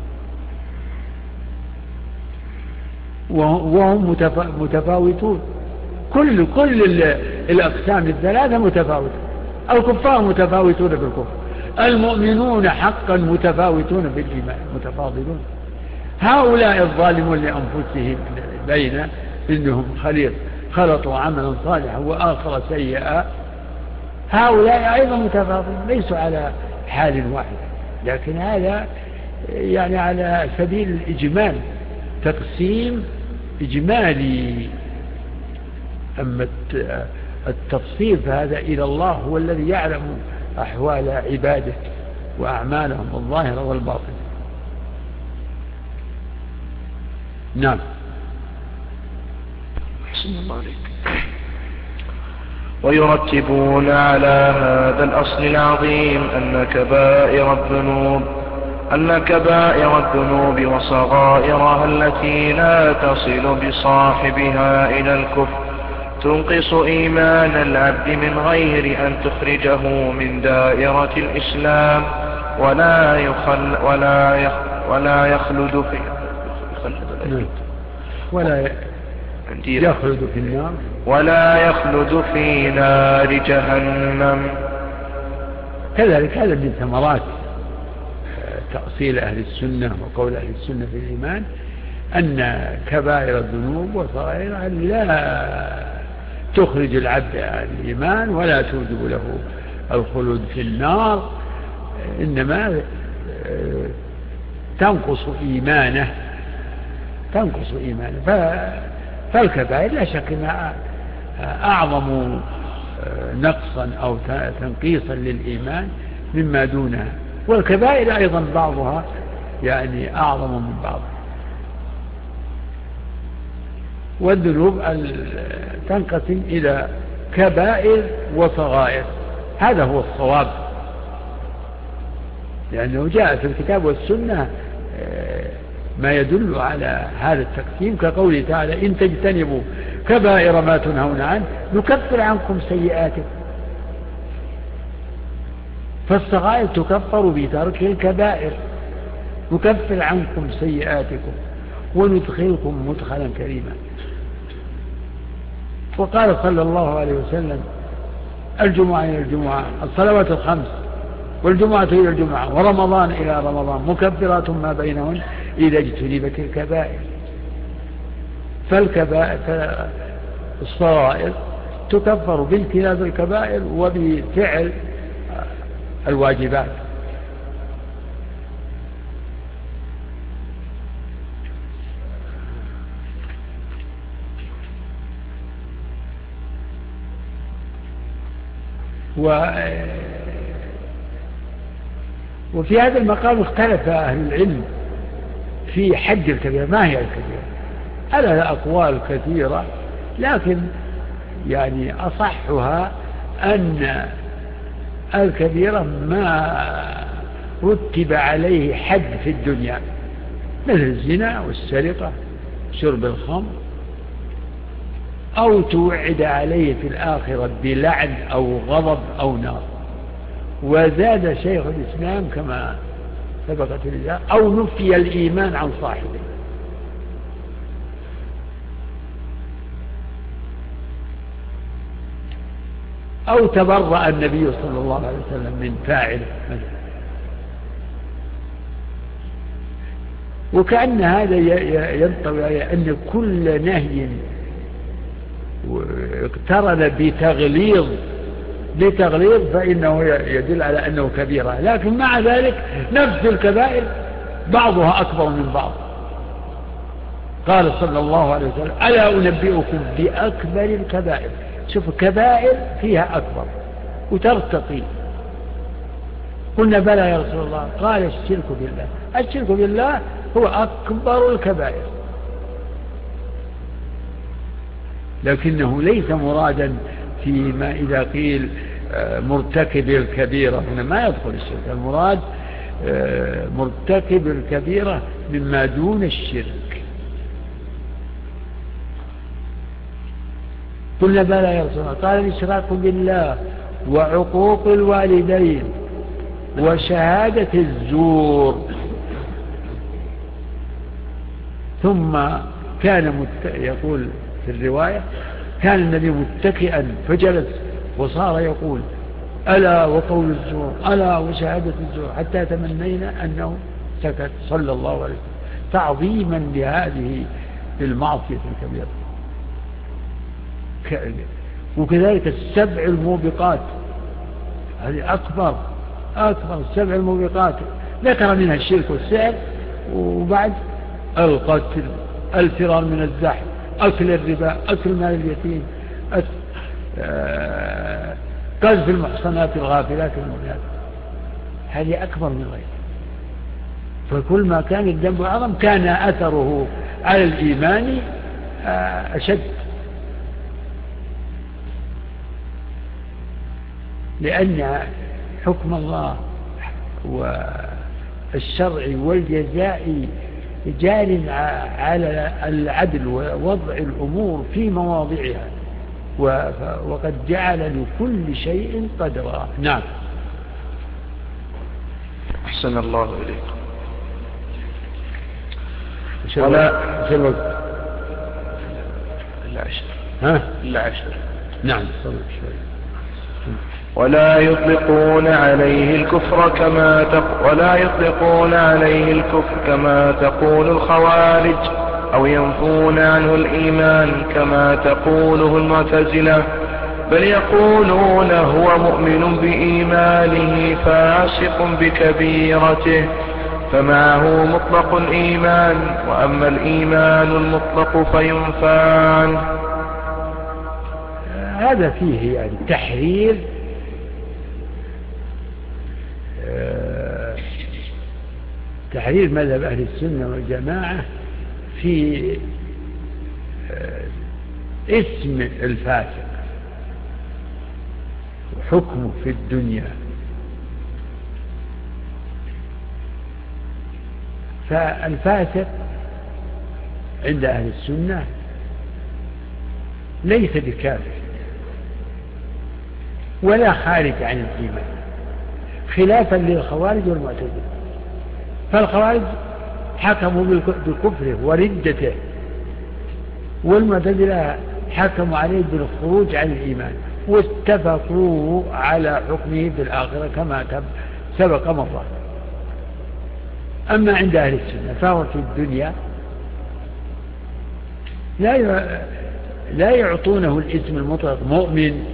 Speaker 1: وهم متفاوتون. كل الأقسام الثلاثة متفاوتة. الكفار متفاوتون بالكفر، المؤمنون حقا متفاوتون بالإيمان متفاضلون. هؤلاء الظالمون لأنفسهم بين إنهم خلطوا عملا صالحا وآخر سيئا، هؤلاء أيضا متفاضلون ليسوا على حال واحد، لكن هذا يعني على سبيل الإجمال، تقسيم إجمالي. أما التفصيل فهذا إلى الله، هو الذي يعلم أحوال عباده وأعمالهم الظاهرة والباطنة. نعم.
Speaker 2: حسن الله عليك. ويرتبون على هذا الأصل العظيم أن كبائر الذنوب وصغائرها التي لا تصل بصاحبها إلى الكفر تنقص إيمان العبد من غير أن تخرجه من دائرة الإسلام ولا يخلد في نار جهنم.
Speaker 1: كذلك هذا من ثمرات تأصيل أهل السنة وقول أهل السنة في الإيمان أن كبائر الذنوب وصغائرها لا تخرج العبد عن الإيمان ولا توجب له الخلود في النار، إنما تنقص إيمانه. فالكبائر لا شك أنها أعظم نقصا أو تنقيصا للإيمان مما دونها، والكبائر أيضا بعضها يعني أعظم من بعض. والذنوب تنقسم إلى كبائر وصغائر، هذا هو الصواب، لأنه جاء في الكتاب والسنة ما يدل على هذا التقسيم، كقوله تعالى إن تجتنبوا كبائر ما تنهون عنه نكفر عنكم سيئاتكم. فالصغائر تكفر بترك الكبائر، نكفر عنكم سيئاتكم وندخلكم مدخلا كريما. وقال صلى الله عليه وسلم الجمعة إلى الجمعة، الصلوات الخمس والجمعة إلى الجمعة ورمضان إلى رمضان مكفرات ما بينهن إذا اجتنبت الكبائر. فالصغائر تكفر باجتناب الكبائر وبفعل الواجبات. وفي هذا المقام اختلف أهل العلم في حد الكبيرة، ما هي الكبيرة؟ على أقوال كثيرة، لكن يعني أصحها أن الكبيرة ما رتب عليه حد في الدنيا، مثل الزنا والسرقة شرب الخمر، أو توعد عليه في الآخرة بلعن أو غضب أو نار. وزاد شيخ الإسلام كما سبقت الإجابة أو نفي الإيمان عن صاحبه. أو تبرأ النبي صلى الله عليه وسلم من فاعله. وكأن هذا ينطوي على أن كل نهي اقترن بتغليظ فإنه يدل على أنه كبيرة، لكن مع ذلك نفس الكبائر بعضها أكبر من بعض. قال صلى الله عليه وسلم ألا أنبئكم بأكبر الكبائر. شوف كبائر فيها أكبر وترتقي. قلنا بلى يا رسول الله، قال الشرك بالله. الشرك بالله هو أكبر الكبائر، لكنه ليس مرادا فيما إذا قيل مرتكب الكبيرة، هنا ما يدخل الشرك. المراد مرتكب الكبيرة مما دون الشرك. قلنا بلى يا رسول الله، قال الإشراك بالله وعقوق الوالدين وشهادة الزور. ثم كان يقول في الرواية كان النبي متكئا فجلس وصار يقول ألا وقول الزور ألا وشهادة الزور، حتى تمنينا أنه سكت صلى الله عليه وسلم تعظيما لهذه المعصية الكبيرة. وكذلك السبع الموبقات، هذه أكبر السبع الموبقات، ذكر منها الشرك والسحر، وبعد القتل، الفرار من الزحف، أكل الربا، أكل مال اليتيم، قذف المحصنات الغافلات المؤمنات، هذه أكبر من غيرها. فكل ما كان الذنب أعظم كان أثره على الإيمان أشد، لأن حكم الله والشرع والجزاء جار على العدل ووضع الأمور في مواضعها، وقد جعل لكل شيء قدرا. نعم.
Speaker 2: أحسن الله إليكم. العشر.
Speaker 1: نعم.
Speaker 2: ولا يطلقون عليه الكفر كما تقول الخوارج، أو ينفون عنه الإيمان كما تقوله المعتزلة، بل يقولون هو مؤمن بإيمانه فاسق بكبيرته، فمعه مطلق الإيمان، وأما الإيمان المطلق فينفى عنه.
Speaker 1: هذا فيه يعني تحرير تحرير مذهب أهل السنة والجماعة في اسم الفاسق وحكمه في الدنيا. فالفاسق عند أهل السنة ليس بكافر ولا خارج عن الإيمان، خلافا للخوارج والمعتزلة. فالخوارج حكموا بكفره وردته، والمعتزلة حكموا عليه بالخروج عن الإيمان، واتفقوا على حكمه بالآخرة كما سبق مرة. أما عند أهل السنة فهو في الدنيا لا يعطونه الاسم المطلق مؤمن،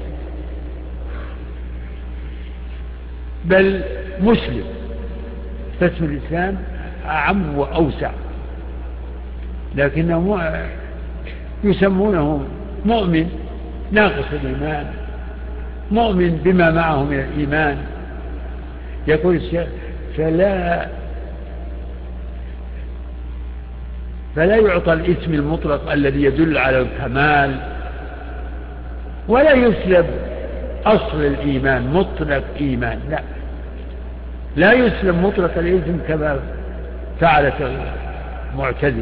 Speaker 1: بل مسلم، فاسم الإسلام أعم وأوسع، لكنهم يسمونه مؤمن ناقص الإيمان، مؤمن بما معه من الإيمان. يقول الشيخ فلا يعطى الاسم المطلق الذي يدل على الكمال، ولا يسلب أصل الإيمان مطلق إيمان، لا يسلب مطلق الاسم كما فعلت المعتزلة،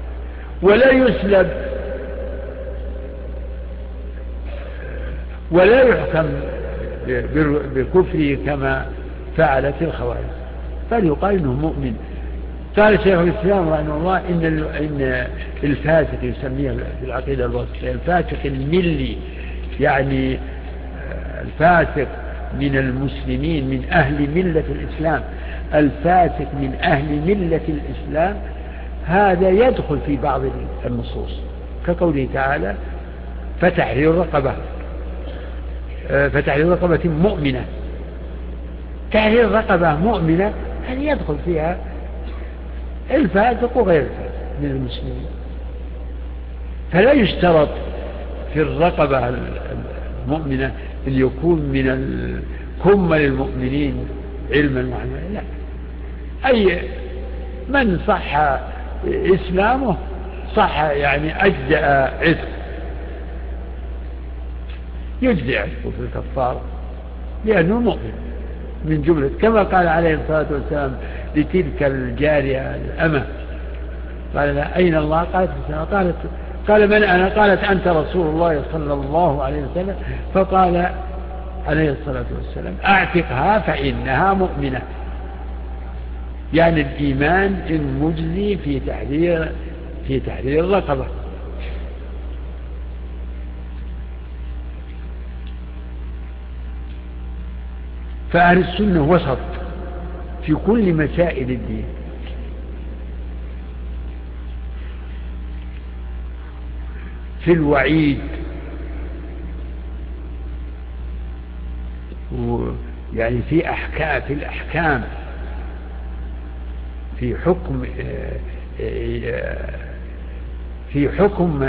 Speaker 1: ولا يحكم بكفره كما فعلت الخوارج، فليقال إنه مؤمن. قال شيخ الإسلام رحمه الله إن الفاسق يسميه في العقيدة الوسطية الفاسق الملي، يعني الفاسق من المسلمين من أهل ملة الإسلام، الفاسق من أهل ملة الإسلام هذا يدخل في بعض النصوص كقوله تعالى فتحرير رقبة مؤمنة. تحرير رقبة مؤمنة هذا يدخل فيها الفاسق وغير الفاسق من المسلمين، فلا يشترط في الرقبة المؤمنة أن يكون من الكمل المؤمنين علما وعملا، لا، أي من صح إسلامه صح، يعني أجزأ عتق، يجزئ عتقه في الكفارة لأنه مؤمن من جملة، كما قال عليه الصلاة والسلام لتلك الجارية الأمة، قال لها أين الله؟ قال من أنا؟ قالت أنت رسول الله صلى الله عليه وسلم. فقال عليه الصلاة والسلام أعتقها فإنها مؤمنة، يعني الإيمان المجزي في تحرير الرقبة. فأهل السنة وسط في كل مسائل الدين، في الوعيد يعني في الأحكام، في حكم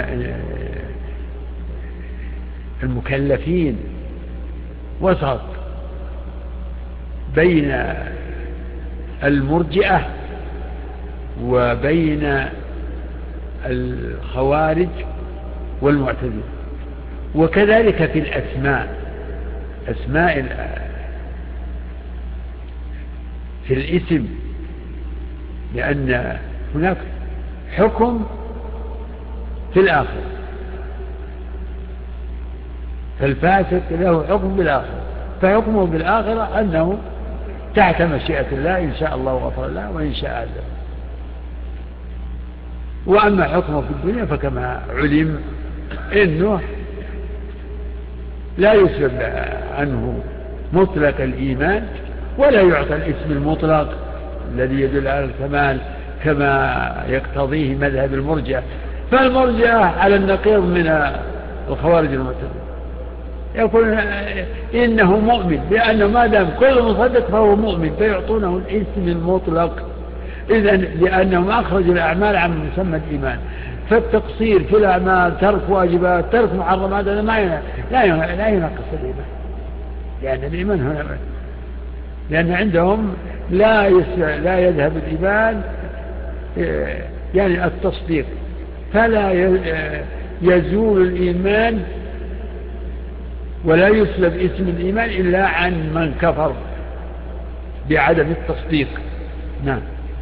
Speaker 1: المكلفين، وسط بين المرجئة وبين الخوارج والمعتزلة. وكذلك في أسماء في الاسم، لأن هناك حكم في الآخرة، فالفاسق له حكم بالآخرة، فحكمه بالآخرة أنه تحت مشيئة الله، إن شاء الله غفر الله وإن شاء عذب. وأما حكمه في الدنيا فكما علم إنه لا يسلب عنه مطلق الإيمان، ولا يعطى الاسم المطلق الذي يدل على الكمال كما يقتضيه مذهب المرجئة. فالمرجئة على النقيض من الخوارج المعتزلة، يقول إنه مؤمن، لأنه ما دام كل مصدق فهو مؤمن، فيعطونه الاسم المطلق. إذن لأنهم أخرجوا الأعمال عن مسمى الإيمان، فالتقصير في الأعمال، ترك واجبات، ترك محرمات، هذا لا ينقص الإيمان، لأن الإيمان هنا، لأن عندهم لا يذهب الإيمان يعني التصديق، فلا يزول الإيمان ولا يسلب اسم الإيمان إلا عن من كفر بعدم التصديق. نعم.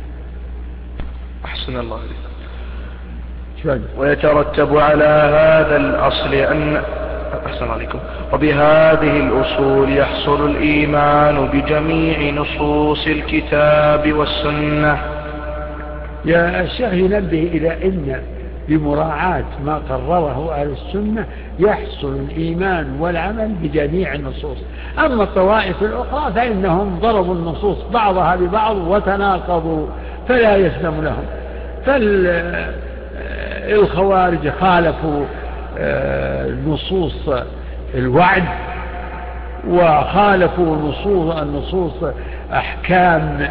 Speaker 2: أحسن الله عليكم. ويترتب على هذا الأصل أن أحسن عليكم. وبهذه الأصول يحصل الإيمان بجميع نصوص الكتاب والسنة.
Speaker 1: يا الشيخ ينبه إلى أن بمراعاة ما قرره أهل السنة يحصل الإيمان والعمل بجميع النصوص. أما الطوائف الأخرى فإنهم ضربوا النصوص بعضها ببعض وتناقضوا فلا يسلم لهم. فالخوارج خالفوا نصوص الوعد، وخالفوا النصوص أحكام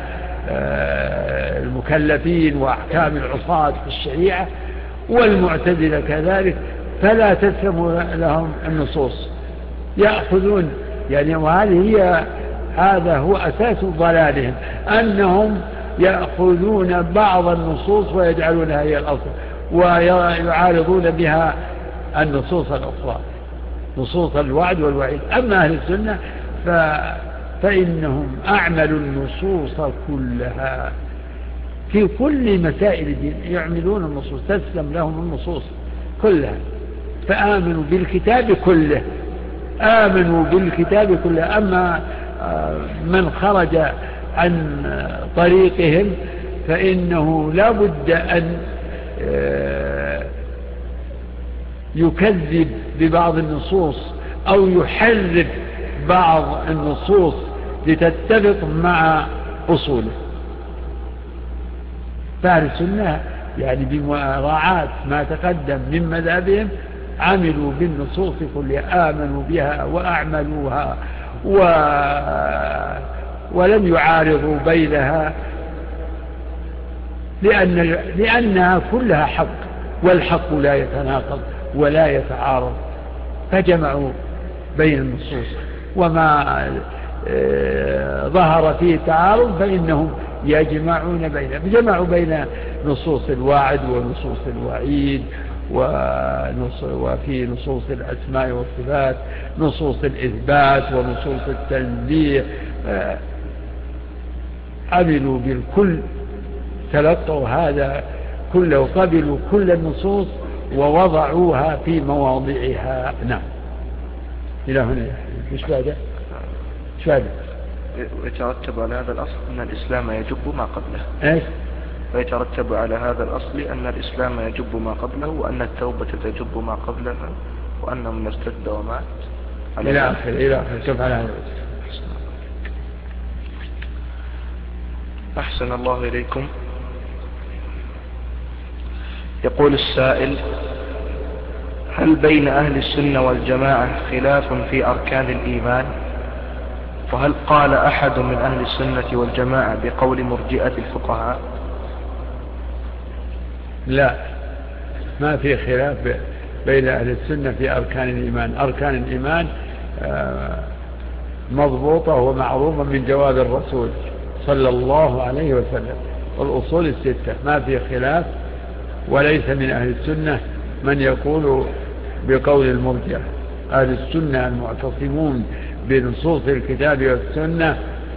Speaker 1: المكلفين وأحكام العصاة في الشريعة، والمعتزلة كذلك فلا تسلم لهم النصوص، يأخذون يعني، هذا هو أساس ضلالهم، أنهم يأخذون بعض النصوص ويجعلونها هي الأصل ويعارضون بها النصوص الأخرى، نصوص الوعد والوعيد. أما أهل السنة فإنهم أعملوا النصوص كلها في كل مسائل الدين، يعملون النصوص تسلم لهم النصوص كلها، فآمنوا بالكتاب كله، آمنوا بالكتاب كله. أما من خرج عن طريقهم فإنه لا بد أن يكذب ببعض النصوص أو يحرف بعض النصوص لتتفق مع أصوله. فأهل السنة يعني بمراعاة ما تقدم من مذهبهم عملوا بالنصوص كلها، آمنوا بها وأعملوها ولم يعارضوا بينها، لأنها كلها حق، والحق لا يتناقض ولا يتعارض، فجمعوا بين النصوص. وما ظهر فيه تعارض فإنهم يجمعون بينه، جمعوا بين نصوص الوعد ونصوص الوعيد، وفي نصوص الأسماء والصفات، نصوص الإثبات ونصوص التنزيه، عملوا بالكل، تلقوا هذا كله، قبلوا كل النصوص ووضعوها في مواضعها. نعم. إلى هنا مش بعد
Speaker 2: ويترتب على هذا الأصل أن الإسلام يجب ما قبله.
Speaker 1: إيش؟
Speaker 2: ويترتب على هذا الأصل أن الإسلام يجب ما قبله، وأن التوبة تجب ما قبلها، وأن من ارتد ومات
Speaker 1: إلى آخر كيف على هذا.
Speaker 2: أحسن الله إليكم. يقول السائل: هل بين أهل السنة والجماعة خلاف في أركان الإيمان؟ وهل قال أحد من أهل السنة والجماعة بقول مرجئة الفقهاء؟
Speaker 1: لا، ما في خلاف بين أهل السنة في أركان الإيمان. أركان الإيمان مضبوطة ومعروفة من جواب الرسول صلى الله عليه وسلم، والأصول الستة ما في خلاف، وليس من أهل السنة من يقول بقول المرجئة. أهل السنة المعتصمون بنصوص الكتاب والسنة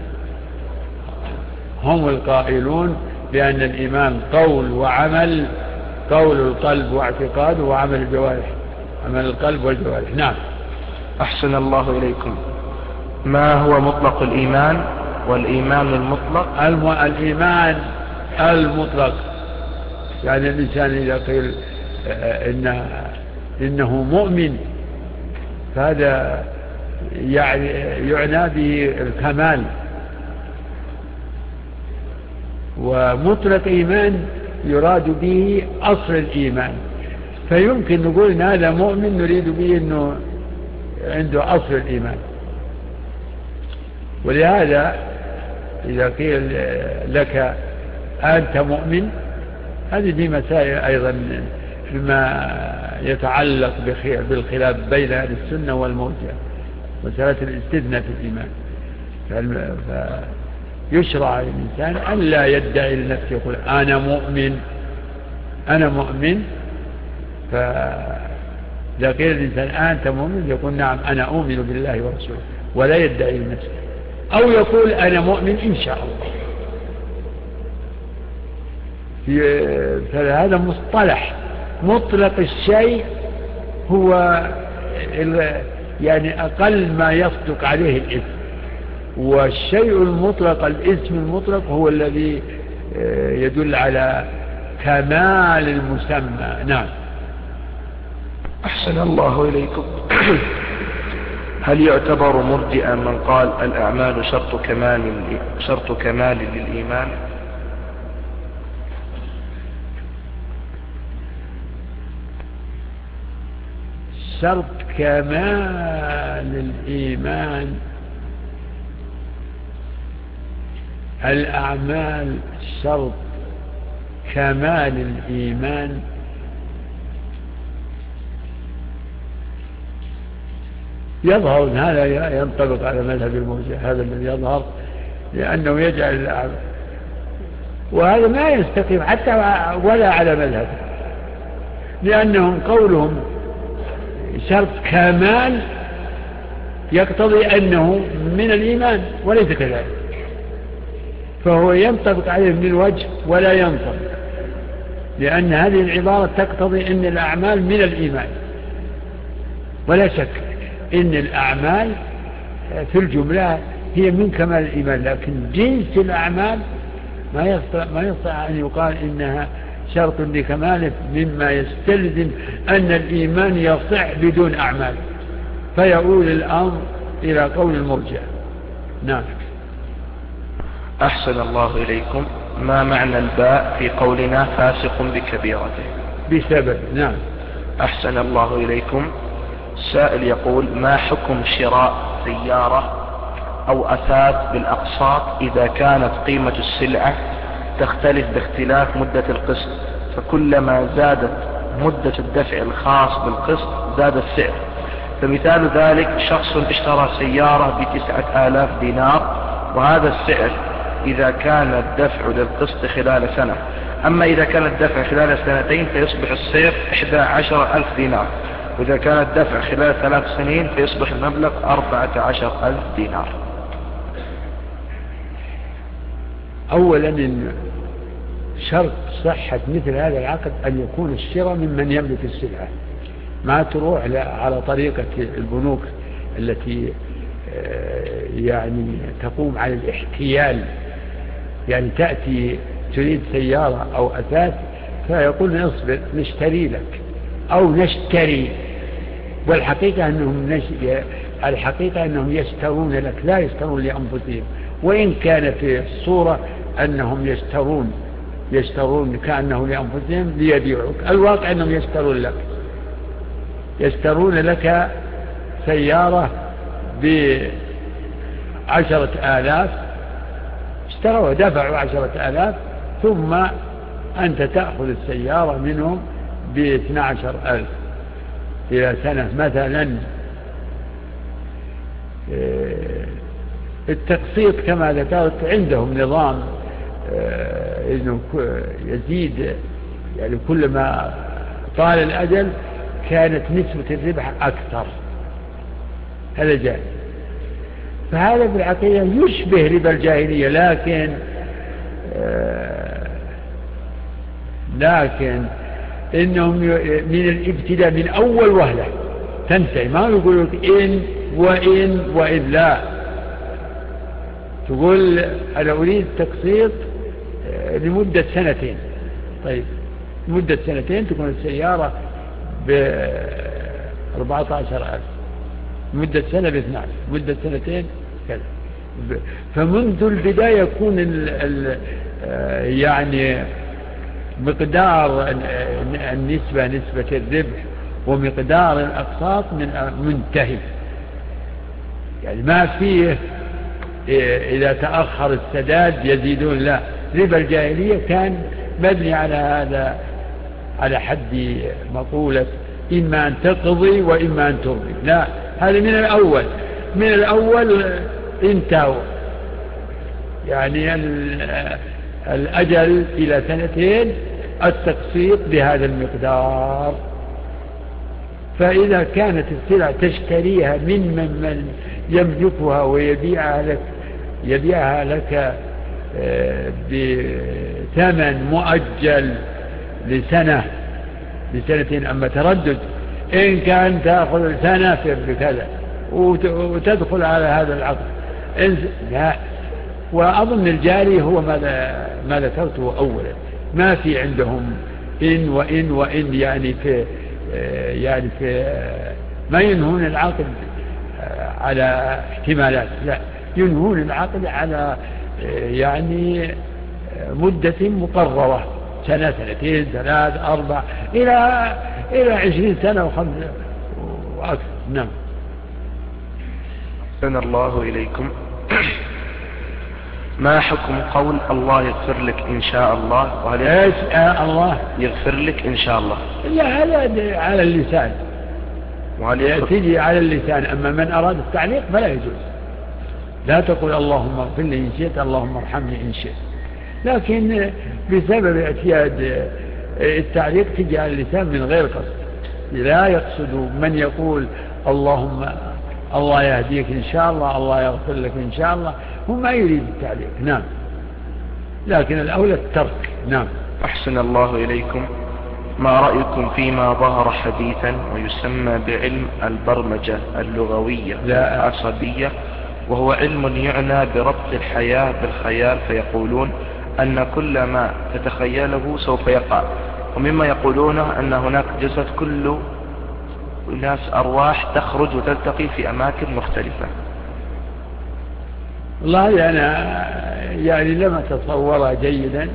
Speaker 1: هم القائلون بأن الإيمان قول وعمل، قول القلب واعتقاد، وعمل الجوارح، عمل القلب والجوارح. نعم.
Speaker 2: أحسن الله إليكم. ما هو مطلق الإيمان والإيمان المطلق؟
Speaker 1: الإيمان المطلق يعني الإنسان إذا قيل إنه مؤمن فهذا يعني يعنى به الكمال، ومطلق إيمان يراد به أصل الإيمان، فيمكن نقول إن هذا مؤمن نريد به أنه عنده أصل الإيمان. ولهذا إذا قيل لك أنت مؤمن، هذه دي مسائل أيضا فيما يتعلق بالخلاف بين أهل السنة والمرجئة، مسألة الاستثناء في الإيمان. يشرع للإنسان أن لا يدعي لنفسه يقول أنا مؤمن أنا مؤمن، فإذا قيل الإنسان أنت مؤمن يقول نعم أنا أؤمن بالله ورسوله ولا يدعي لنفسه، أو يقول أنا مؤمن إن شاء الله. فهذا مصطلح مطلق الشيء هو يعني أقل ما يصدق عليه الاسم، والشيء المطلق الاسم المطلق هو الذي يدل على كمال المسمى. نعم.
Speaker 2: أحسن الله إليكم. هل يعتبر مرجئا من قال الأعمال شرط كمال للإيمان؟
Speaker 1: شرط كمال الإيمان، الأعمال شرط كمال الإيمان، يظهر أن هذا ينطبق على مذهب المرجئة، هذا الذي يظهر، لأنه يجعل الأعمال، وهذا ما يستقيم حتى ولا على مذهب، لأنهم قولهم شرط كمال يقتضي أنه من الإيمان وليس كذلك، فهو ينطبق عليه من الوجه ولا ينطبق، لأن هذه العبارة تقتضي أن الأعمال من الإيمان، ولا شك أن الأعمال في الجملة هي من كمال الإيمان، لكن جنس الأعمال ما يستطيع أن يقال إنها شرط لكماله، مما يستلزم أن الإيمان يصح بدون أعمال، فيؤول الأمر إلى قول المرجئة. نعم.
Speaker 2: أحسن الله إليكم. ما معنى الباء في قولنا فاسق بكبيرته؟
Speaker 1: بسبب. نعم.
Speaker 2: أحسن الله إليكم. سائل يقول ما حكم شراء سيارة أو أثاث بالأقساط إذا كانت قيمة السلعة تختلف باختلاف مدة القسط، فكلما زادت مدة الدفع الخاص بالقسط زاد السعر؟ فمثال ذلك شخص اشترى سيارة ب9,000 دينار، وهذا السعر إذا كان الدفع للقسط خلال سنة، أما إذا كان الدفع خلال سنتين فيصبح السعر 11,000 دينار، وإذا كان الدفع خلال 3 سنين فيصبح المبلغ 14,000 دينار.
Speaker 1: أولا إن شرط صحة مثل هذا العقد أن يكون الشراء ممن يملك السلعة، ما تروح على طريقة البنوك التي يعني تقوم على الاحتيال، يعني تأتي تريد سيارة أو أثاث فيقول اصبر نشتري لك أو نشتري، والحقيقة أنهم يشترون لك لا يشترون لأنفسهم، وإن كان في الصورة أنهم يشترون كأنه لأنفسهم ليبيعوك، الواقع أنهم يشترون لك سيارة ب10,000، اشتروا دفعوا 10,000 ثم أنت تأخذ السيارة منهم ب12,000 إلى سنة مثلا. التقسيط كما ذكرت عندهم نظام إنه يزيد، يعني كلما طال الأجل كانت نسبة الربح أكثر، هذا جاهز. فهذا بالحقيقة يشبه ربا الجاهلية، لكن إنهم من الابتداء من أول وهلة تنتهي، ما يقول لك إن وإن لا، تقول أنا أريد تقسيط لمدة 2 سنين، طيب مدة 2 سنين تكون السيارة ب14,000، مدة سنة ب12، مدة 2 سنين كذا. فمنذ البداية يكون يعني مقدار النسبة نسبة الربح ومقدار الأقساط منتهي، يعني ما فيه إذا تأخر السداد يزيدون، لا، ربا الجاهلية كان مبني على هذا، على حد مقولة إما أن تقضي وإما أن ترضي، لا، هذا من الأول انتهوا. يعني الأجل إلى 2 التقسيط بهذا المقدار. فإذا كانت السلع تشتريها من يملكها ويبيعها لك بثمن مؤجل لسنتين، أما تردد إن كان تأخذ سنة بكذا وتدخل على هذا العقد لا. وأظن الجاري هو ما ذكرته أولا، ما في عندهم إن وإن يعني في ما ينهون العقد على احتمالات، لا، ينهون العقد على يعني مدة مقررة، 1 2 3 4 إلى 20 سنة و5 وأكثر. نعم.
Speaker 2: أحسن الله إليكم. ما حكم قول الله يغفر لك إن شاء الله؟ وهل
Speaker 1: الله
Speaker 2: يغفر لك إن شاء الله؟
Speaker 1: لا، هذا على اللسان، تجي على اللسان. أما من أراد التعليق فلا يجوز. لا تقول اللهم اغفر لي إن شئت، اللهم ارحمني إن شئت. لكن بسبب اعتياد التعليق تجي على اللسان من غير قصد. لا يقصد من يقول الله يهديك إن شاء الله، الله يغفر لك إن شاء الله، هو ما يريد التعليق. نعم، لكن الأولى الترك. نعم.
Speaker 2: أحسن الله إليكم. ما رأيكم فيما ظهر حديثا ويسمى بعلم البرمجة اللغوية العصبية، وهو علم يعنى بربط الحياة بالخيال، فيقولون أن كل ما تتخيله سوف يقع، ومما يقولونه أن هناك جسد كل ناس أرواح تخرج وتلتقي في أماكن مختلفة.
Speaker 1: والله أنا يعني لم أتصورها جيدا،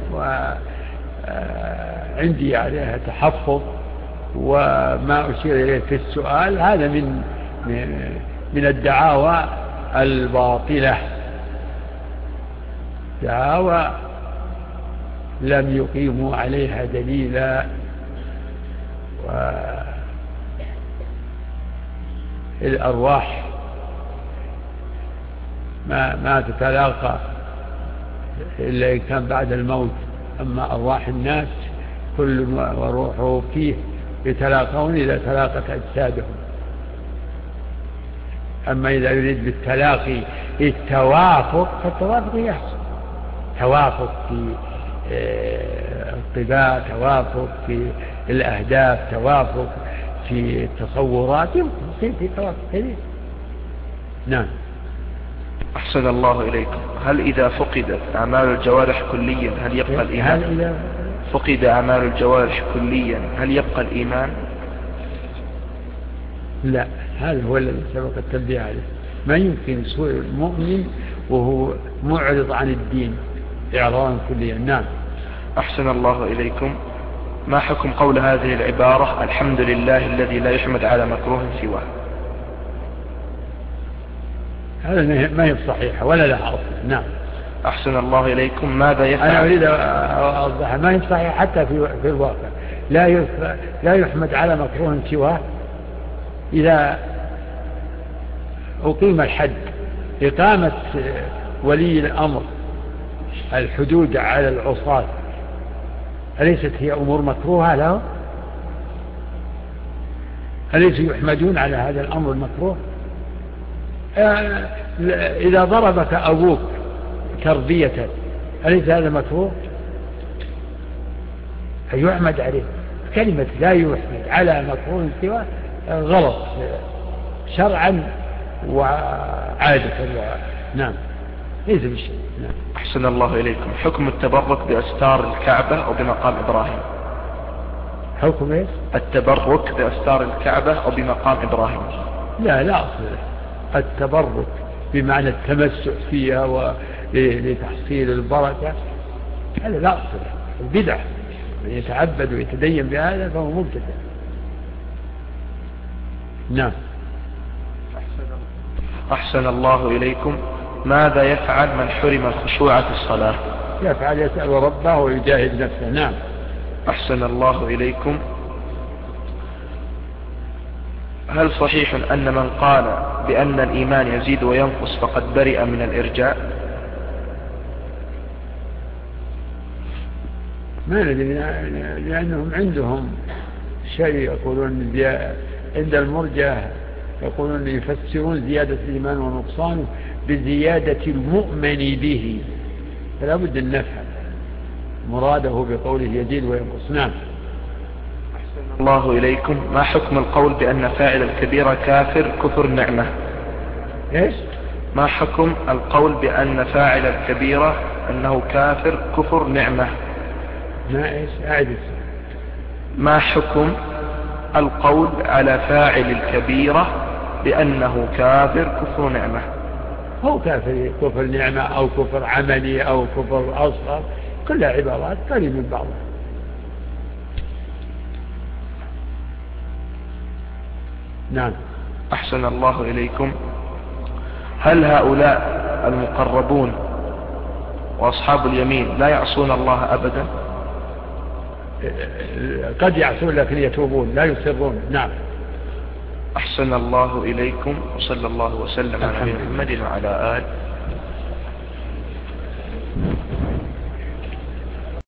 Speaker 1: وعندي عليها تحفظ، وما أشير إليه في السؤال هذا من الدعاوى الباطلة، دعاوى لم يقيموا عليها دليلا. والأرواح ما تتلاقى إلا إن كان بعد الموت. أما أرواح الناس كل وروحه فيه يتلاقون إذا تلاقت أجسادهم. أما إذا يريد بالتلاقي التوافق، فالتوافق يحصل، توافق في الطباع، توافق في الأهداف، توافق في التصورات، يمكن في توافق كثير. نعم.
Speaker 2: أحسن الله إليكم. هل إذا فقدت أعمال الجوارح كليا هل يبقى الإيمان؟ فقد أعمال الجوارح كليا هل يبقى الإيمان؟
Speaker 1: لا، هذا هو الذي سبق التنبيه عليه. ما يمكن سوء المؤمن وهو معرض عن الدين إعراضا كليا. نعم.
Speaker 2: أحسن الله إليكم. ما حكم قول هذه العبارة الحمد لله الذي لا يحمد على مكروه سواه؟
Speaker 1: هذا ما هي صحيحة ولا لها أصل. نعم.
Speaker 2: أحسن الله إليكم. ماذا يفعل؟
Speaker 1: أنا أريد أوضح، ما هي صحيحة حتى في الواقع. لا يحمد على مكروه سواه. إذا أقيم الحد، إقامة ولي الأمر الحدود على العصاة، أليست هي أمور مكروهة له؟ أليس يحمدون على هذا الأمر المكروه؟ إذا ضربك أبوك تربية، أليس هذا مكروه؟ فيحمد عليه. كلمة لا يحمد على مكروه سواه غلط شرعا وعادة. نعم، ليس بشيء. نعم.
Speaker 2: أحسن الله إليكم. حكم التبرك بأستار الكعبة أو بمقام إبراهيم؟
Speaker 1: حكم إيش؟
Speaker 2: التبرك بأستار الكعبة أو بمقام إبراهيم.
Speaker 1: لا أصل التبرك بمعنى التمسك فيها ولتحصيل البركة، هذا لا أصل. البدع من يتعبد ويتدين بهذا فهو مبتدع. نعم.
Speaker 2: أحسن الله إليكم. ماذا يفعل من حرم الخشوع في الصلاة؟
Speaker 1: يفعل يسأل ربه ويجاهد نفسه. نعم.
Speaker 2: أحسن الله إليكم. هل صحيح أن من قال بأن الإيمان يزيد وينقص فقد برئ من الإرجاء؟
Speaker 1: ما ندري، لأنهم عندهم شيء يقولون عند المرجع يقولون يفسرون زيادة الإيمان ونقصانه بزيادة المؤمن به، فلا بد أن نفهم مراده بقوله يزيد وينقص. نعم.
Speaker 2: أحسن الله إليكم. ما حكم القول بأن فاعل الكبيرة كافر كفر نعمة؟
Speaker 1: إيش؟
Speaker 2: ما حكم القول بأن فاعل الكبيرة أنه كافر كفر نعمة؟
Speaker 1: ما إيش؟ أعد.
Speaker 2: ما حكم القول على فاعل الكبيرة بأنه كافر كفر نعمة؟
Speaker 1: هو كافر كفر نعمة أو كفر عملي أو كفر أصغر، كلها عبارات قريبة من بعضها. نعم.
Speaker 2: أحسن الله إليكم. هل هؤلاء المقربون وأصحاب اليمين لا يعصون الله أبدا؟
Speaker 1: قد يعصون لكن يتوبون لا يسرون. نعم.
Speaker 2: أحسن الله إليكم، وصلى الله وسلم على محمد وعلى آله